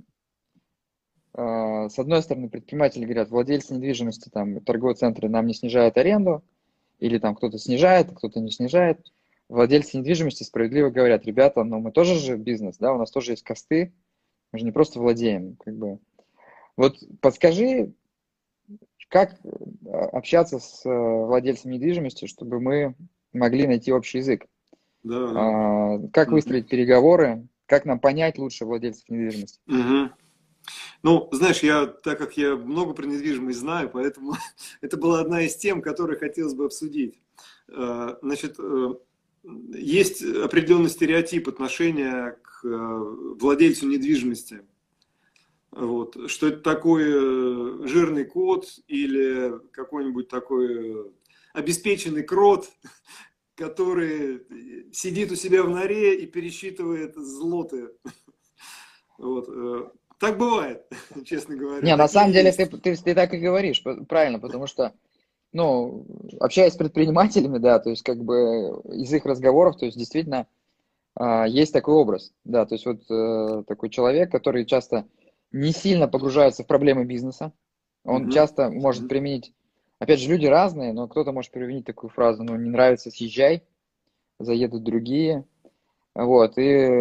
с одной стороны предприниматели говорят, владельцы недвижимости, там, торговые центры нам не снижают аренду, или там кто-то снижает, кто-то не снижает. Владельцы недвижимости справедливо говорят, ребята, но мы тоже же бизнес, да, у нас тоже есть косты, мы же не просто владеем, как бы. Вот подскажи, как общаться с владельцем недвижимости, чтобы мы могли найти общий язык? Да, да. Как Мгм. выстроить переговоры? Как нам понять лучше владельцев недвижимости? Мгм. Ну, знаешь, так как я много про недвижимость знаю, поэтому это была одна из тем, которые хотелось бы обсудить. Значит, есть определенный стереотип отношения к владельцу недвижимости. Вот. Что это такой жирный кот или какой-нибудь такой обеспеченный крот, который сидит у себя в норе и пересчитывает злоты. Вот. Так бывает, честно говоря, Не, на самом такие деле есть. ты так и говоришь, правильно, потому что, ну, общаясь с предпринимателями, да, то есть как бы из их разговоров, то есть действительно есть такой образ, да, то есть вот такой человек, который часто не сильно погружается в проблемы бизнеса, он Мгм. часто может Мгм. применить, опять же, люди разные, но кто-то может применить такую фразу, ну, не нравится, съезжай, заедут другие, вот, и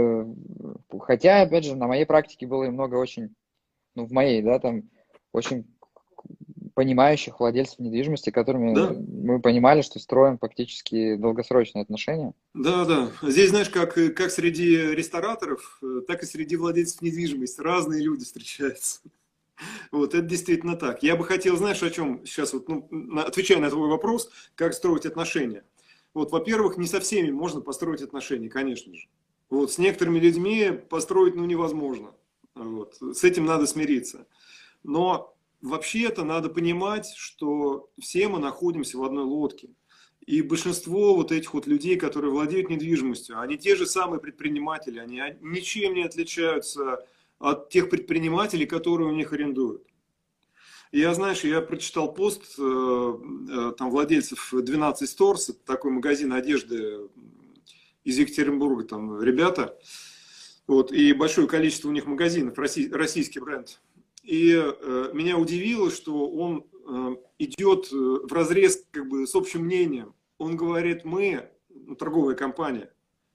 хотя, опять же, на моей практике было и много очень, ну, в моей, да, там, очень понимающих владельцев недвижимости, которыми Да, мы понимали, что строим фактически долгосрочные отношения. да, да. Здесь, знаешь, как среди рестораторов, так и среди владельцев недвижимости разные люди встречаются. Вот, это действительно так. Я бы хотел, знаешь, о чем сейчас, вот, ну, отвечая на твой вопрос, как строить отношения. Вот, во-первых, не со всеми можно построить отношения, конечно же. Вот, с некоторыми людьми построить, ну, невозможно. Вот, с этим надо смириться. Но вообще-то надо понимать, что все мы находимся в одной лодке. И большинство вот этих вот людей, которые владеют недвижимостью, они те же самые предприниматели, они ничем не отличаются от тех предпринимателей, которые у них арендуют. Я, знаешь, я прочитал пост там владельцев 12 Stores, это такой магазин одежды из Екатеринбурга, там ребята, вот, и большое количество у них магазинов, российский бренд. И меня удивило, что он идет вразрез как бы с общим мнением. Он говорит, мы, торговая компания,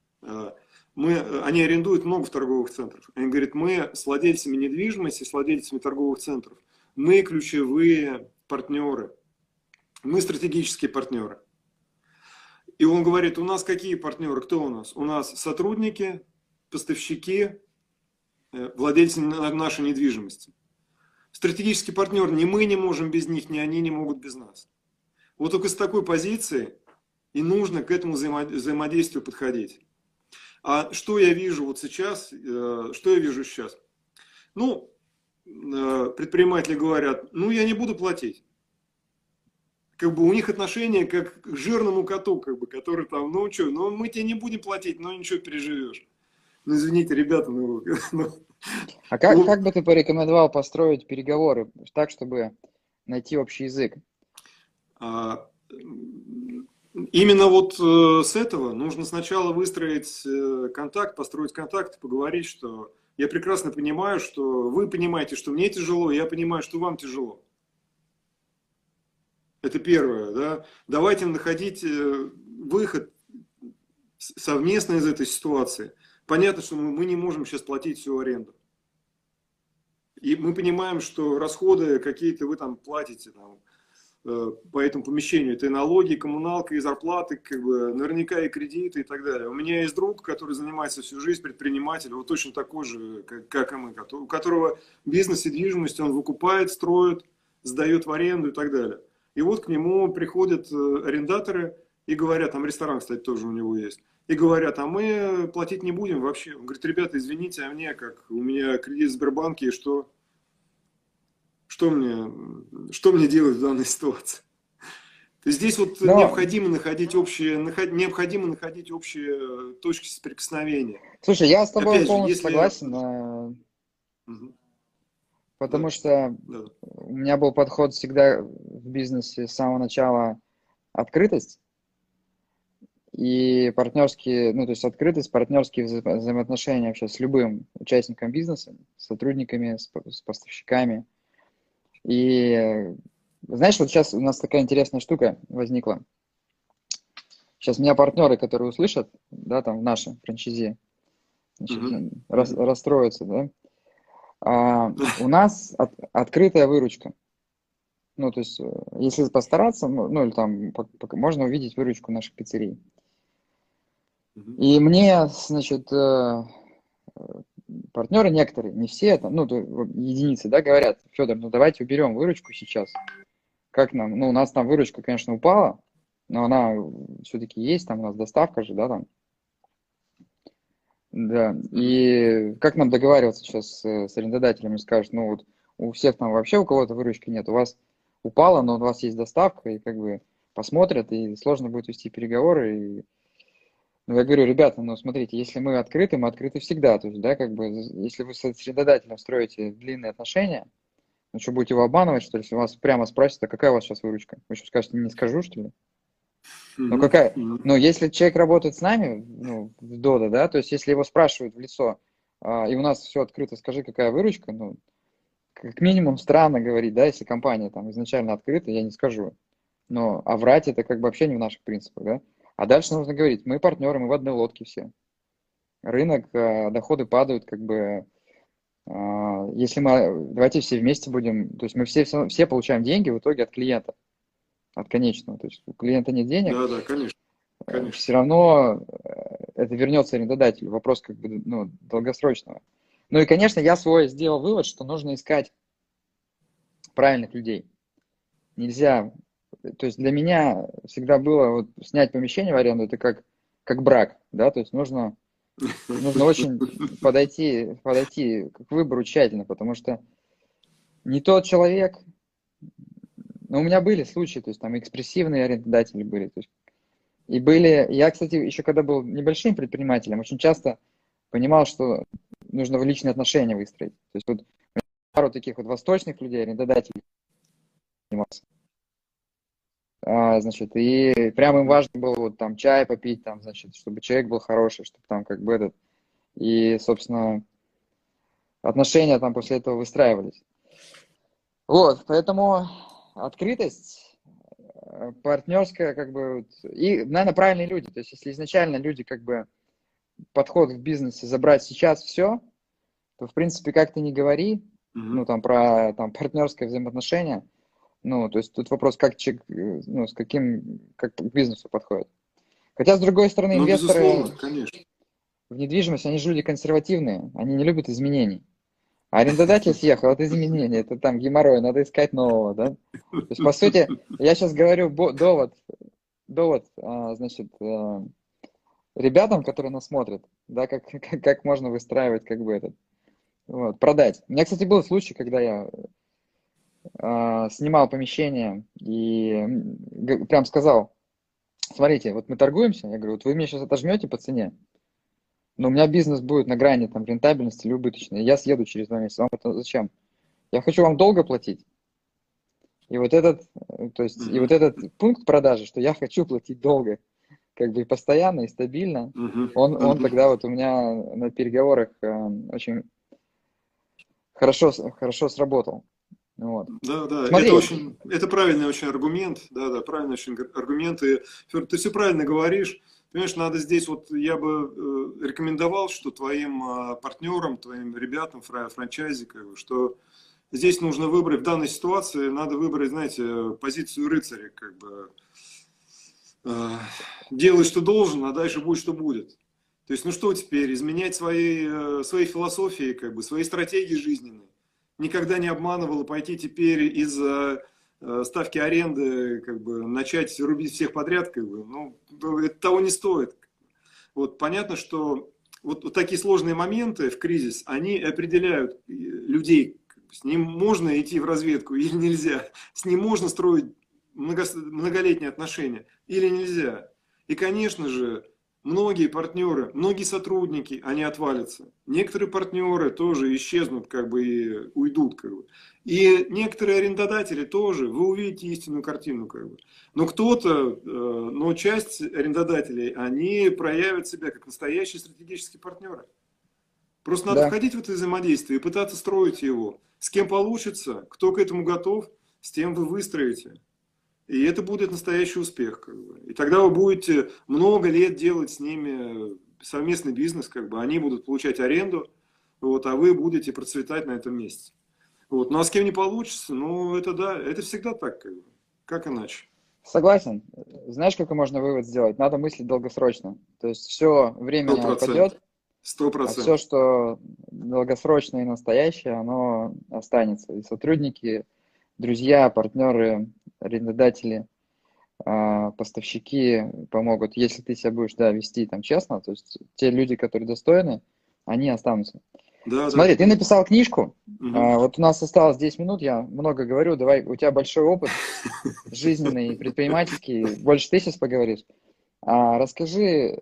они арендуют много в торговых центрах. Они говорят, мы с владельцами недвижимости, с владельцами торговых центров, мы ключевые партнеры, мы стратегические партнеры. И он говорит, у нас какие партнеры, кто у нас? У нас сотрудники, поставщики, владельцы нашей недвижимости. Стратегический партнер, ни мы не можем без них, ни они не могут без нас. Вот только с такой позиции и нужно к этому взаимодействию подходить. А что я вижу вот сейчас? Что я вижу сейчас? Ну, предприниматели говорят, ну я не буду платить. Как бы у них отношение как к жирному коту, как бы, который там, ну что, ну мы тебе не будем платить, но ничего, переживешь. Ну извините, ребята, А как бы ты порекомендовал построить переговоры так, чтобы найти общий язык? Именно вот с этого нужно сначала выстроить контакт, построить контакт, поговорить, что я прекрасно понимаю, что вы понимаете, что мне тяжело, я понимаю, что вам тяжело. Это первое, да. Давайте находить выход совместно из этой ситуации. Понятно, что мы не можем сейчас платить всю аренду. И мы понимаем, что расходы какие-то вы там платите там, по этому помещению. Это и налоги, и коммуналка, и зарплаты, как бы, наверняка и кредиты и так далее. У меня есть друг, который занимается всю жизнь, предприниматель, вот точно такой же, как и мы, у которого бизнес недвижимость, он выкупает, строит, сдает в аренду и так далее. И вот к нему приходят арендаторы и говорят, там ресторан, кстати, тоже у него есть, и говорят, а мы платить не будем вообще. Он говорит, ребята, извините, а мне как, у меня кредит в Сбербанке, и что? Что мне делать в данной ситуации? То есть здесь вот необходимо находить общие точки соприкосновения. Слушай, я с тобой полностью согласен, потому что у меня был подход всегда в бизнесе с самого начала открытость и партнерские, ну то есть открытость, партнерские взаимоотношения вообще с любым участником бизнеса, с сотрудниками, с поставщиками. И знаешь, вот сейчас у нас такая интересная штука возникла. Сейчас меня партнеры, которые услышат, да, там в нашей франчайзи, значит, расстроятся, да. У нас открытая выручка. Ну, то есть, если постараться, ну, или там можно увидеть выручку наших пиццерий. И мне, значит, партнеры некоторые, не все, там, ну, единицы, да, говорят, Федор, ну давайте уберем выручку сейчас. Как нам? Ну, у нас там выручка, конечно, упала, но она все-таки есть, там у нас доставка же, да, там. Да, и как нам договариваться сейчас с арендодателями? Скажут, ну вот у всех там вообще у кого-то выручки нет, у вас упала, но у вас есть доставка, и как бы посмотрят, и сложно будет вести переговоры, и ну, я говорю, ребята, ну, смотрите, если мы открыты всегда. То есть, да, как бы, если вы с арендодателем строите длинные отношения, ну, что, будете его обманывать, что ли, если вас прямо спросят, а какая у вас сейчас выручка? Вы что, скажете, не скажу, что ли? Ну, какая? Ну, если человек работает с нами, ну, в Dodo, да, то есть, если его спрашивают в лицо, и у нас все открыто, скажи, какая выручка, ну, как минимум странно говорить, да, если компания там изначально открыта, я не скажу. Но, а врать это как бы вообще не в наших принципах, да. А дальше нужно говорить, мы партнеры, мы в одной лодке все. Рынок, доходы падают, как бы, если давайте все вместе будем, то есть мы все получаем деньги в итоге от клиента, от конечного. То есть у клиента нет денег. Да, конечно. Все равно это вернется арендодателю. Вопрос как бы, ну, долгосрочного. Ну и, конечно, я свой сделал вывод, что нужно искать правильных людей. Нельзя. То есть для меня всегда было вот снять помещение в аренду, это как брак, да, то есть нужно очень подойти к выбору тщательно, потому что не тот человек, но у меня были случаи, то есть там экспрессивные арендодатели были, то есть, и были, я, кстати, еще когда был небольшим предпринимателем, очень часто понимал, что нужно в личные отношения выстроить, то есть вот пару таких вот восточных людей, арендодателей занимался. Значит, и прям им важно было вот там чай попить, там, значит, чтобы человек был хороший, чтобы там как бы этот, и, собственно, отношения там после этого выстраивались. Вот, поэтому открытость, партнерская, как бы, и, наверное, правильные люди. То есть, если изначально люди, как бы, подход в бизнесе забрать сейчас все, то, в принципе, как ты ни говори, ну, Мгм. там, про там, партнерское взаимоотношение, ну, то есть тут вопрос, как человек, ну, с каким, как к бизнесу подходит. Хотя, с другой стороны, Ну, инвесторы безусловно, конечно. в недвижимость, они же люди консервативные, они не любят изменений. А арендодатель съехал от изменений, это там геморрой, надо искать нового, да? То есть, по сути, я сейчас говорю довод, значит, ребятам, которые нас смотрят, да, как можно выстраивать, как бы, этот, вот, продать. У меня, кстати, был случай, когда я снимал помещение и прям сказал: смотрите, вот мы торгуемся, я говорю, вот вы мне сейчас отожмете по цене, но у меня бизнес будет на грани там рентабельности или убыточной, и я съеду через 2 месяца. Вам это зачем? Я хочу вам долго платить. И вот этот, то есть, и вот Мгм. этот пункт продажи, что я хочу платить долго, как бы и постоянно, и стабильно, Мгм. он Мгм. тогда вот у меня на переговорах очень хорошо сработал. Вот. Да, да, это Смотри, очень, это правильный очень аргумент, да, да, правильный очень аргумент, и, Фёдор, ты все правильно говоришь, понимаешь, надо здесь, вот я бы рекомендовал, что твоим партнерам, твоим ребятам, франчайзи, как бы, что здесь нужно выбрать, в данной ситуации надо выбрать, знаете, позицию рыцаря, как бы, э, делай, что должен, а дальше будет, что будет. То есть, ну что теперь, изменять свои философии, как бы, свои стратегии жизненные. Никогда не обманывал, и пойти теперь из-за ставки аренды, как бы, начать рубить всех подряд, как бы, ну, это того не стоит. Вот понятно, что вот такие сложные моменты в кризис, они определяют людей. С ним можно идти в разведку или нельзя. С ним можно строить многолетние отношения или нельзя. И, конечно же, многие партнеры, многие сотрудники, они отвалятся. Некоторые партнеры тоже исчезнут, как бы, и уйдут, как бы. И некоторые арендодатели тоже, вы увидите истинную картину, как бы. Но кто-то, но часть арендодателей, они проявят себя как настоящие стратегические партнеры. Просто надо да, входить в это взаимодействие и пытаться строить его. С кем получится, кто к этому готов, с тем вы выстроите. И это будет настоящий успех. Как бы. И тогда вы будете много лет делать с ними совместный бизнес, как бы. Они будут получать аренду, вот, а вы будете процветать на этом месте. Вот. Ну а с кем не получится, ну это да, это всегда так, как бы. Как иначе? согласен. Знаешь, какой можно вывод сделать? Надо мыслить долгосрочно. То есть все Сто временно процентов. отпадет, Сто а все, процентов. что долгосрочное и настоящее, оно останется. И сотрудники, друзья, партнеры, арендодатели, поставщики помогут, если ты себя будешь, да, вести там честно, то есть те люди, которые достойны, они останутся. Да, да. Смотри, ты написал книжку, Мгм. вот у нас осталось 10 минут, я много говорю, давай, у тебя большой опыт жизненный, предпринимательский, больше ты сейчас поговоришь. Расскажи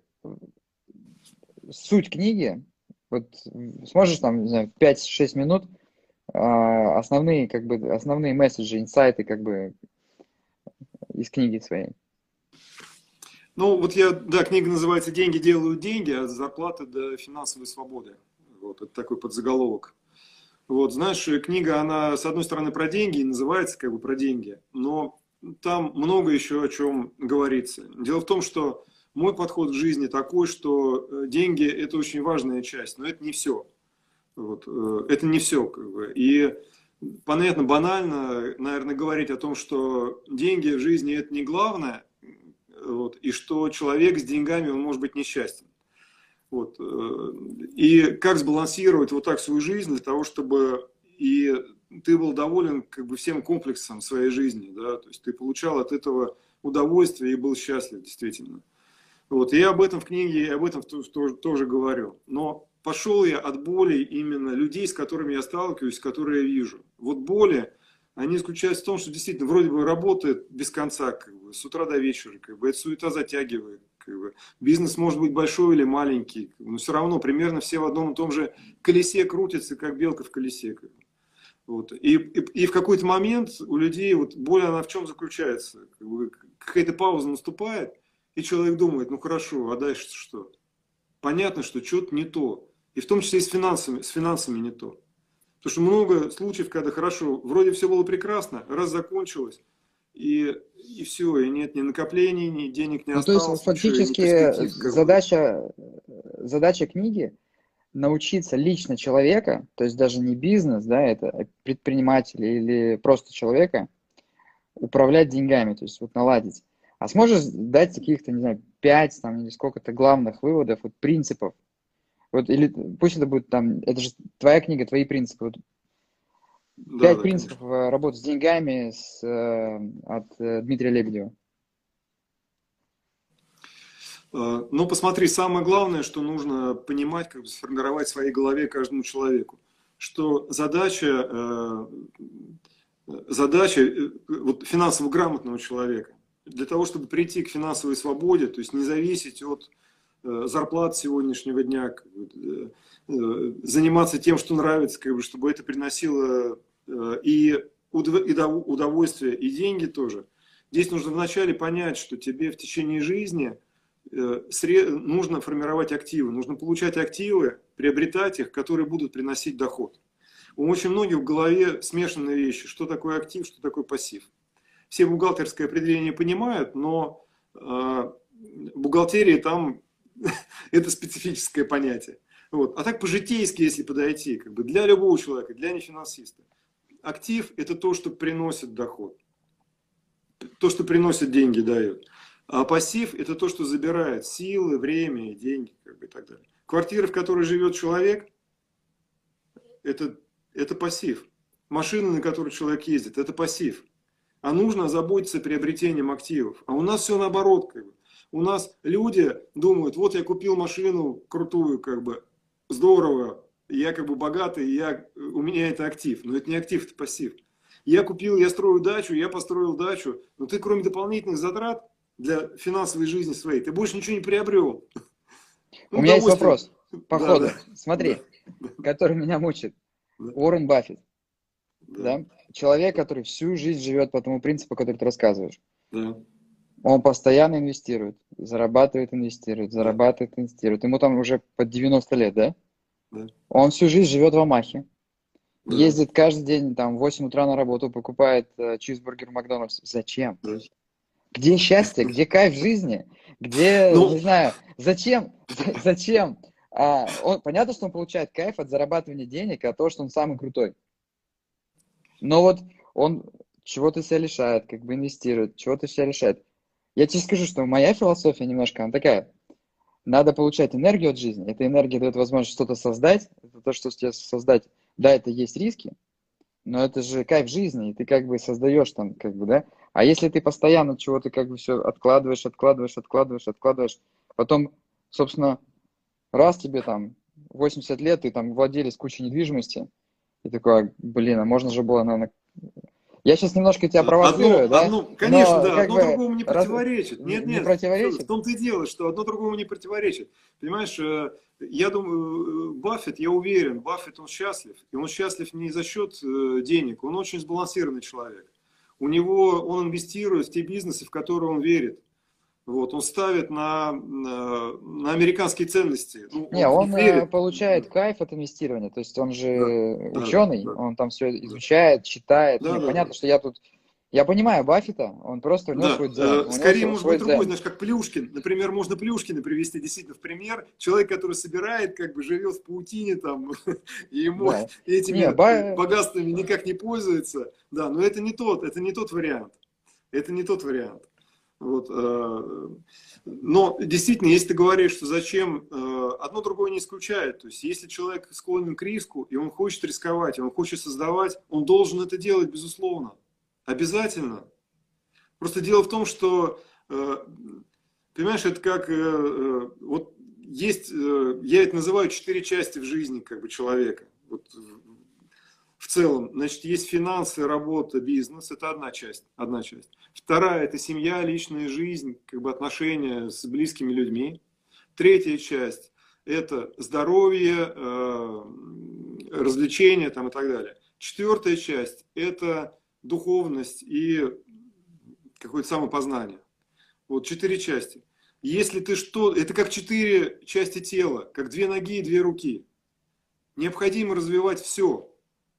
суть книги, вот сможешь там, не знаю, 5-6 минут, основные, как бы, основные месседжи, инсайты, как бы, из книги своей. Ну, вот я, да, книга называется «Деньги делают деньги, от зарплаты до финансовой свободы». Вот, это такой подзаголовок. Вот, знаешь, книга, она, с одной стороны, про деньги, и называется как бы про деньги, но там много еще о чем говорится. Дело в том, что мой подход к жизни такой, что деньги – это очень важная часть, но это не все. Вот, это не все, как бы. И понятно, банально, наверное, говорить о том, что деньги в жизни – это не главное, вот, и что человек с деньгами, он может быть несчастен. Вот. И как сбалансировать вот так свою жизнь для того, чтобы и ты был доволен как бы всем комплексом своей жизни, да, то есть ты получал от этого удовольствие и был счастлив действительно. Вот. И я об этом в книге, и об этом тоже говорю. Но пошел я от боли именно людей, с которыми я сталкиваюсь, которые я вижу. Вот боли, они заключаются в том, что действительно вроде бы работает без конца, как бы, с утра до вечера, как бы, эта суета затягивает. Как бы. Бизнес может быть большой или маленький, но все равно примерно все в одном и том же колесе крутятся, как белка в колесе. Как бы. Вот. И в какой-то момент у людей вот боль, она в чем заключается? Как бы, какая-то пауза наступает, и человек думает, ну хорошо, а дальше что? Понятно, что что-то не то. И в том числе и с финансами не то. Потому что много случаев, когда хорошо, вроде все было прекрасно, раз закончилось, и все, и нет ни накоплений, ни денег не Ну, то есть осталось, ничего, и ни фактически перспектив, как бы. задача книги научиться лично человека, то есть даже не бизнес, да, это предпринимателя или просто человека, управлять деньгами, то есть вот наладить. А сможешь дать каких-то, не знаю, 5 там или сколько-то главных выводов, вот принципов? Вот, или пусть это будет там, это же твоя книга, твои принципы. Вот Да, 5 да, принципов конечно. работы с деньгами от Дмитрия Лебедева. Ну, посмотри, самое главное, что нужно понимать, как бы сформировать в своей голове каждому человеку, что задача вот, финансово грамотного человека для того, чтобы прийти к финансовой свободе, то есть не зависеть от зарплат сегодняшнего дня, как бы, заниматься тем, что нравится, как бы, чтобы это приносило и удовольствие, и деньги тоже. Здесь нужно вначале понять, что тебе в течение жизни нужно формировать активы, нужно получать активы, приобретать их, которые будут приносить доход. У очень многих в голове смешанные вещи, что такое актив, что такое пассив. Все бухгалтерское определение понимают, но бухгалтерия там это специфическое понятие. Вот. А так по-житейски, если подойти, как бы для любого человека, для нефинансиста, актив – это то, что приносит доход, то, что приносит деньги, дает. А пассив – это то, что забирает силы, время, деньги, как бы, и так далее. Квартира, в которой живет человек, это пассив. Машина, на которой человек ездит, это пассив. А нужно озаботиться приобретением активов. А у нас все наоборот. Как бы. У нас люди думают, вот я купил машину крутую, как бы, здорово, я как бы богатый, у меня это актив. Но это не актив, это пассив. Я строю дачу, я построил дачу, но ты кроме дополнительных затрат для финансовой жизни своей, ты больше ничего не приобрел. У меня есть вопрос по ходу. Да, Смотри, да, который меня мучит. да, Уоррен Баффет, да, да? Человек, который всю жизнь живет по тому принципу, который ты рассказываешь. да, Он постоянно инвестирует, зарабатывает, да, инвестирует. Ему там уже под 90 лет, да? да, Он всю жизнь живет в Амахе. да, Ездит каждый день там в 8 утра на работу, покупает чизбургер в Макдональдс. Зачем? да. Где счастье? Где кайф жизни? Где, Ну, не знаю, зачем? Зачем? Понятно, что он получает кайф от зарабатывания денег, от того, что он самый крутой. Но вот он чего-то себя лишает, как бы инвестирует, чего-то себя лишает. Я тебе скажу, что моя философия немножко, она такая. Надо получать энергию от жизни. Эта энергия дает возможность что-то создать. Это то, что тебе создать. Да, это есть риски, но это же кайф жизни, и ты как бы создаешь там, как бы, да. А если ты постоянно чего-то как бы все откладываешь, потом, собственно, раз тебе там 80 лет, ты там владелец кучи недвижимости, и такой, блин, а можно же было, наверное... Я сейчас немножко тебя провоцирую, да, конечно, но да, как одно бы другому не противоречит. Нет, не нет, в противоречит? том-то и дело, что одно другому не противоречит. Понимаешь, я думаю, Баффет, я уверен, Баффет, он счастлив. И он счастлив не за счет денег, он очень сбалансированный человек. Он инвестирует в те бизнесы, в которые он верит. Вот, он ставит на американские ценности. Ну, Не, он в них он верит. получает кайф от инвестирования, то есть он же Да, да, да, ученый, да, он там все да, изучает, читает. да, Не, да, да. понятно, что я понимаю Баффета, он просто, у него Да, свой дзен, у него скорее может свой быть другой, дзен. знаешь, как Плюшкин. Например, можно Плюшкина привести действительно в пример. Человек, который собирает, как бы живет в паутине там, и ему Да. Не, этими богатствами никак не пользуется. Да, но это не тот вариант. Это не тот вариант. Вот, но действительно, если ты говоришь, что зачем, одно другое не исключает. То есть, если человек склонен к риску, и он хочет рисковать, и он хочет создавать, он должен это делать, безусловно. Обязательно. Просто дело в том, что, понимаешь, это как, вот есть, я это называю 4 части в жизни как бы человека. Вот, в целом, значит, есть финансы, работа, бизнес, это одна часть, одна часть. Вторая – это семья, личная жизнь, как бы отношения с близкими людьми. Третья часть – это здоровье, развлечения там, и так далее. Четвертая часть – это духовность и какое-то самопознание. Вот 4 части. Если ты это как 4 части тела, как 2 ноги и 2 руки. Необходимо развивать все.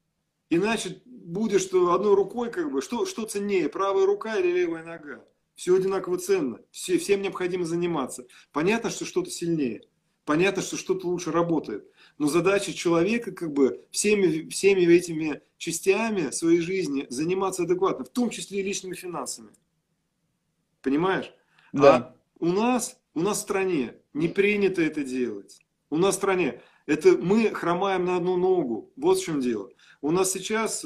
Иначе будет, что одной рукой, как бы, что ценнее, правая рука или левая нога? Все одинаково ценно, всем необходимо заниматься. Понятно, что что-то сильнее, понятно, что что-то лучше работает. Но задача человека, как бы, всеми этими частями своей жизни заниматься адекватно, в том числе и личными финансами. Понимаешь? Да. А у нас в стране не принято это делать. У нас в стране это мы хромаем на одну ногу. Вот в чем дело. У нас сейчас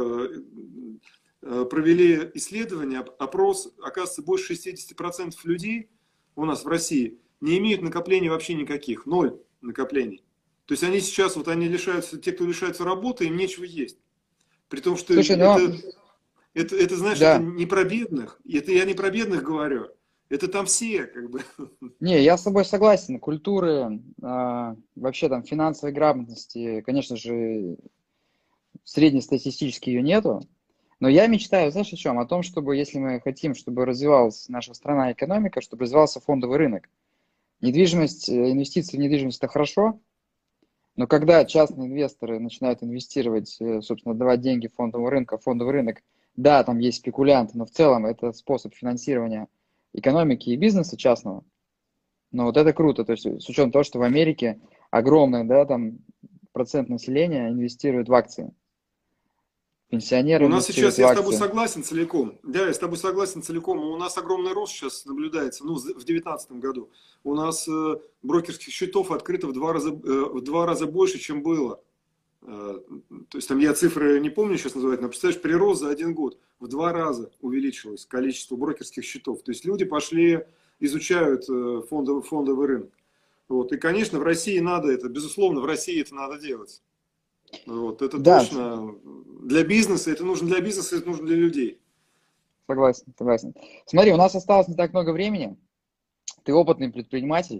провели исследование, опрос, оказывается, больше 60% людей у нас в России не имеют накоплений вообще никаких, 0 накоплений. То есть они сейчас, вот они лишаются, те, кто лишаются работы, им нечего есть. При том, что Слушай, это, знаешь, да. это не про бедных, это я не про бедных говорю, это там все, как бы. Не, я с тобой согласен. Культуры, вообще там финансовой грамотности, конечно же, среднестатистически ее нету. Но я мечтаю, знаешь, о чем? О том, чтобы, если мы хотим, чтобы развивалась наша страна, экономика, чтобы развивался фондовый рынок. Недвижимость, инвестиции в недвижимость – это хорошо, но когда частные инвесторы начинают инвестировать, собственно, давать деньги фондовому рынку, фондовый рынок, да, там есть спекулянты, но в целом это способ финансирования экономики и бизнеса частного. Но вот это круто, то есть с учетом того, что в Америке огромный, да, там процент населения инвестирует в акции. Пенсионеры У нас инвестируют сейчас, в я с тобой акции. согласен целиком. Да, я с тобой согласен целиком. У нас огромный рост сейчас наблюдается, ну, в 2019 году. У нас брокерских счетов открыто в 2 раза больше, чем было. То есть там я цифры не помню сейчас называть, но представляешь, прирост за 1 год в 2 раза увеличилось количество брокерских счетов. То есть люди пошли, изучают фондовый рынок. Вот. И, конечно, в России надо это, безусловно, в России это надо делать. Вот, это Да, точно для бизнеса, это нужно для бизнеса, это нужно для людей. согласен, согласен. Смотри, у нас осталось не так много времени. Ты опытный предприниматель,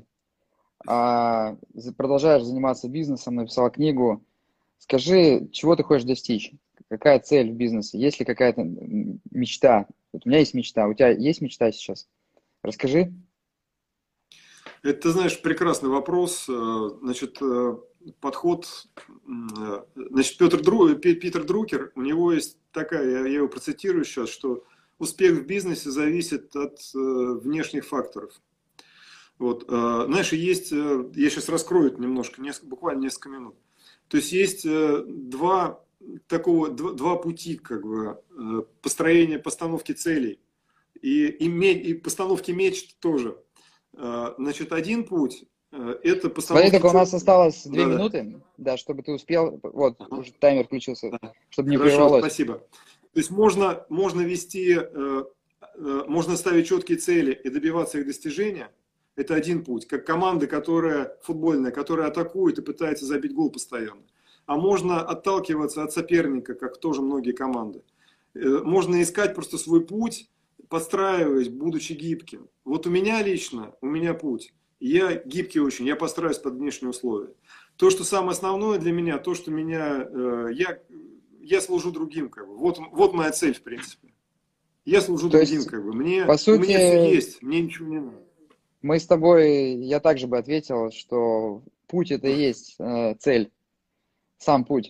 продолжаешь заниматься бизнесом, написал книгу. Скажи, чего ты хочешь достичь? Какая цель в бизнесе? Есть ли какая-то мечта? Вот у меня есть мечта. У тебя есть мечта сейчас? Расскажи. Это, ты знаешь, прекрасный вопрос. Значит, подход, значит, Питер Друкер, у него есть такая, я его процитирую сейчас, что успех в бизнесе зависит от внешних факторов. Вот, знаешь, есть, я сейчас раскрою это немножко, буквально несколько минут. То есть есть два пути, как бы, построения, постановки целей и постановки мечт тоже. Значит, один путь это постановка. Смотри, только у нас осталось 2 Да-да. минуты, да, чтобы ты успел. Вот, уже таймер включился, чтобы не Хорошо, прервалось. спасибо. То есть можно вести, можно ставить четкие цели и добиваться их достижения. Это один путь, как команда, которая футбольная, которая атакует и пытается забить гол постоянно. А можно отталкиваться от соперника, как тоже многие команды. Можно искать просто свой путь, подстраиваясь, будучи гибким. Вот у меня лично, у меня путь. Я гибкий очень, я подстраиваюсь под внешние условия. То, что самое основное для меня, то, что я служу другим, как бы. Вот моя цель, в принципе. Я служу То другим, есть, как бы. по У меня сути, все есть, мне ничего не надо. мы с тобой, я также бы ответил, что путь это и есть цель, сам путь.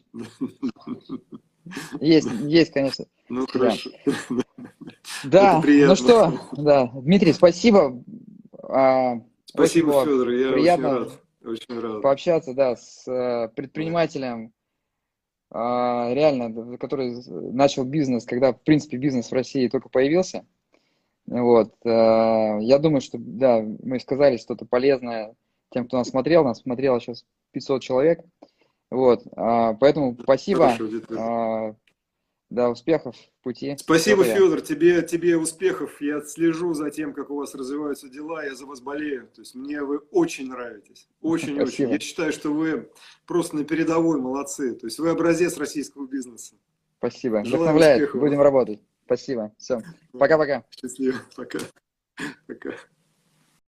Есть, конечно. Ну, Да. хорошо. Да, Это приятно. ну что, да, Дмитрий, спасибо. Очень Спасибо, было Федор, я приятно очень рад. пообщаться, да, с предпринимателем, реально, который начал бизнес, когда, в принципе, бизнес в России только появился. Вот, я думаю, что, да, мы сказали что-то полезное тем, кто нас смотрело сейчас 500 человек. Вот, поэтому спасибо, Хорошо, Дмитрий. да, успехов в пути. Спасибо, Всего Федор, тебе успехов. Я слежу за тем, как у вас развиваются дела, я за вас болею. То есть мне вы очень нравитесь. Очень-очень. Спасибо. Я считаю, что вы просто на передовой молодцы. То есть вы образец российского бизнеса. Спасибо. Желаю Вдохновляет. успехов. Будем работать. Спасибо. Все. Пока-пока. Счастливо. Пока. Пока.